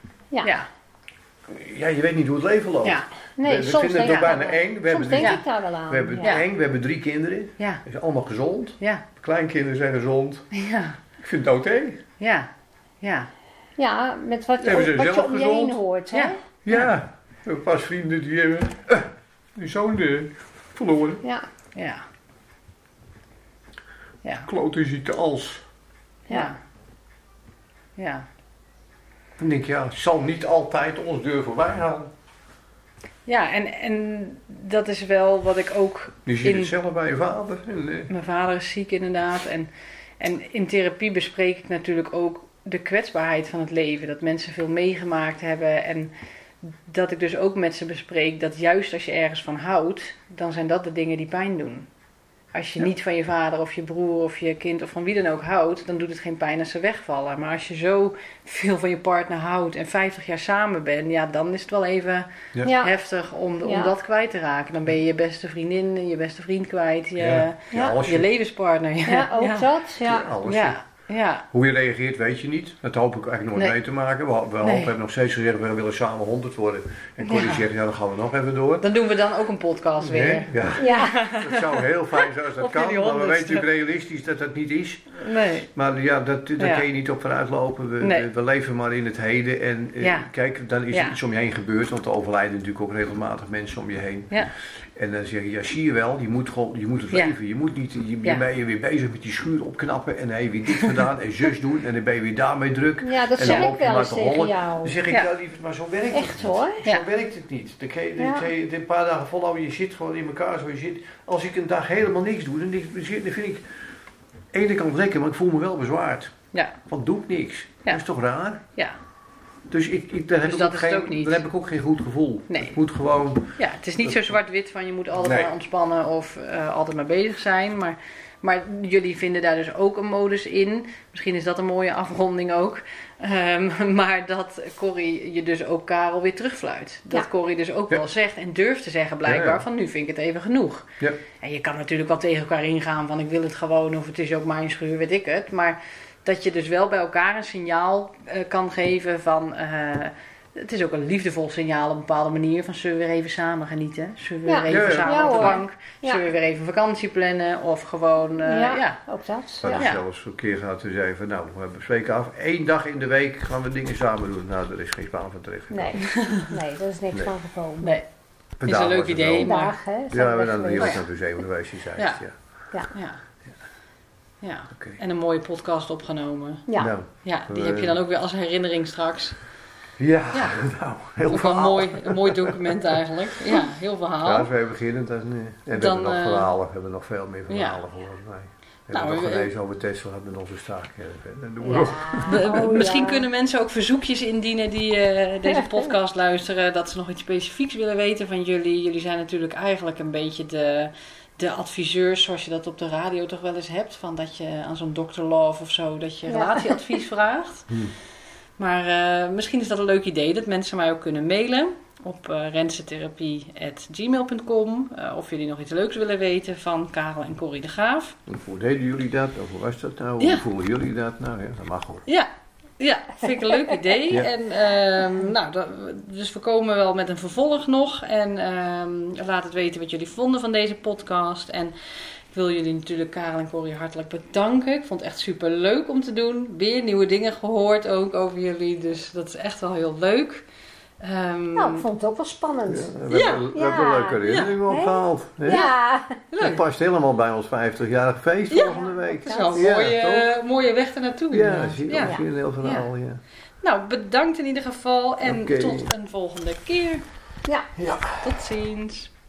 Ja, je weet niet hoe het leven loopt. Ja. Nee, we soms vinden het nog bijna eng. Soms denk ik daar wel aan. We hebben het eng, we hebben 3 kinderen. Ja. Ze zijn allemaal gezond. Ja. Kleinkinderen zijn gezond. Ja. Ik vind het doodeng. Ja. Ja. Ja, met wat je om je heen hoort. Hè? Ja. Ja. We hebben pas vrienden die hebben die zoon verloren. Ja. Ja. Ja. Klote ziekte als. Ja. Ja. Dan denk ik, het zal niet altijd ons deur voorbij halen. Ja, en dat is wel wat ik ook... Je ziet het zelf bij je vader. Mijn vader is ziek inderdaad. En in therapie bespreek ik natuurlijk ook de kwetsbaarheid van het leven. Dat mensen veel meegemaakt hebben. En dat ik dus ook met ze bespreek dat juist als je ergens van houdt, dan zijn dat de dingen die pijn doen. Als je niet van je vader of je broer of je kind of van wie dan ook houdt, dan doet het geen pijn als ze wegvallen. Maar als je zo veel van je partner houdt en 50 jaar samen bent, dan is het wel even heftig om dat kwijt te raken. Dan ben je je beste vriendin, je beste vriend kwijt, je levenspartner. Ja, ook dat. Ja. Alles. Ja. Hoe je reageert weet je niet. Dat hoop ik eigenlijk nooit mee te maken. We hebben nog steeds gezegd, we willen samen 100 worden. En Corrie zegt, dan gaan we nog even door. Dan doen we dan ook een podcast weer. Ja. Dat zou heel fijn zijn als dat kan. Maar we weten natuurlijk realistisch dat dat niet is. Nee. Maar daar kun je niet op vooruit lopen. We leven maar in het heden. En kijk, dan is er iets om je heen gebeurd. Want er overlijden natuurlijk ook regelmatig mensen om je heen. Ja. En dan zeg je, zie je wel, je moet het leven. Je moet niet, je ben je weer bezig met die schuur opknappen. En dan heb je weer dit gedaan en zus doen. En dan ben je weer daarmee druk. Ja, dat zeg ik wel eens tegen jou. Dan zeg ik, lieverd, maar zo werkt het niet. Echt hoor. Zo werkt het niet. Dan kun je een paar dagen volhouden, je zit gewoon in elkaar zoals je zit. Als ik een dag helemaal niks doe, dan vind ik aan de ene kant lekker, maar ik voel me wel bezwaard. Ja. Want doe ik niks. Dat is toch raar? Ja. Dus daar heb ik ook geen goed gevoel. Nee. Het moet gewoon... Ja, het is niet zo zwart-wit van je moet altijd maar ontspannen of altijd maar bezig zijn. Maar jullie vinden daar dus ook een modus in. Misschien is dat een mooie afronding ook. Maar dat Corrie je dus ook Karel weer terugfluit. Dat Corrie dus ook wel zegt en durft te zeggen blijkbaar van nu vind ik het even genoeg. Ja. En je kan natuurlijk wel tegen elkaar ingaan van ik wil het gewoon of het is ook mijn schuur, weet ik het. Maar dat je dus wel bij elkaar een signaal kan geven van... het is ook een liefdevol signaal op een bepaalde manier van zullen we weer even samen genieten? Zullen we weer even samen op de bank? Zullen we weer even vakantie plannen? Of gewoon, ook dat. Maar zelfs een keer gaat u zeggen, nou, we bespreken af. 1 dag in de week gaan we dingen samen doen. Nou, er is geen spaan van terecht. Nee, dat is niks van gekomen. Nee, het is een leuk idee. Maar... we hebben dan een naar het museum geweest. Ja, en een mooie podcast opgenomen. Ja, die heb je dan ook weer als herinnering straks. Ja, nou, heel verhaal. Een mooi document eigenlijk. Ja, heel verhaal. Ja, als wij beginnen, dan hebben we nog verhalen. We hebben nog veel meer verhalen volgens mij. We hebben nog gelezen over Tesla met onze staak. Misschien kunnen mensen ook verzoekjes indienen die deze podcast luisteren. Dat ze nog iets specifieks willen weten van jullie. Jullie zijn natuurlijk eigenlijk een beetje de adviseurs, zoals je dat op de radio toch wel eens hebt. Van dat je aan zo'n Dr. Love of zo, dat je relatieadvies vraagt. Maar misschien is dat een leuk idee dat mensen mij ook kunnen mailen op rensetherapie@gmail.com. Of jullie nog iets leuks willen weten van Karel en Corrie de Graaf. Hoe deden jullie dat? Of hoe was dat nou? Hoe voelen jullie dat? Nou ja, dat mag hoor. Ja, vind ik een leuk idee. Ja. En, dus we komen wel met een vervolg nog. En laat het weten wat jullie vonden van deze podcast. En ik wil jullie natuurlijk, Karel en Corrie, hartelijk bedanken. Ik vond het echt super leuk om te doen. Weer nieuwe dingen gehoord ook over jullie. Dus dat is echt wel heel leuk. Nou, ik vond het ook wel spannend. We hebben een leuke herinnering opgehaald. Ja, leuk. Het past helemaal bij ons 50-jarig feest volgende week. Het is wel een mooie weg ernaartoe. Ja, zie je ook een heel verhaal. Ja. Nou, bedankt in ieder geval en tot een volgende keer. Ja. Tot ziens.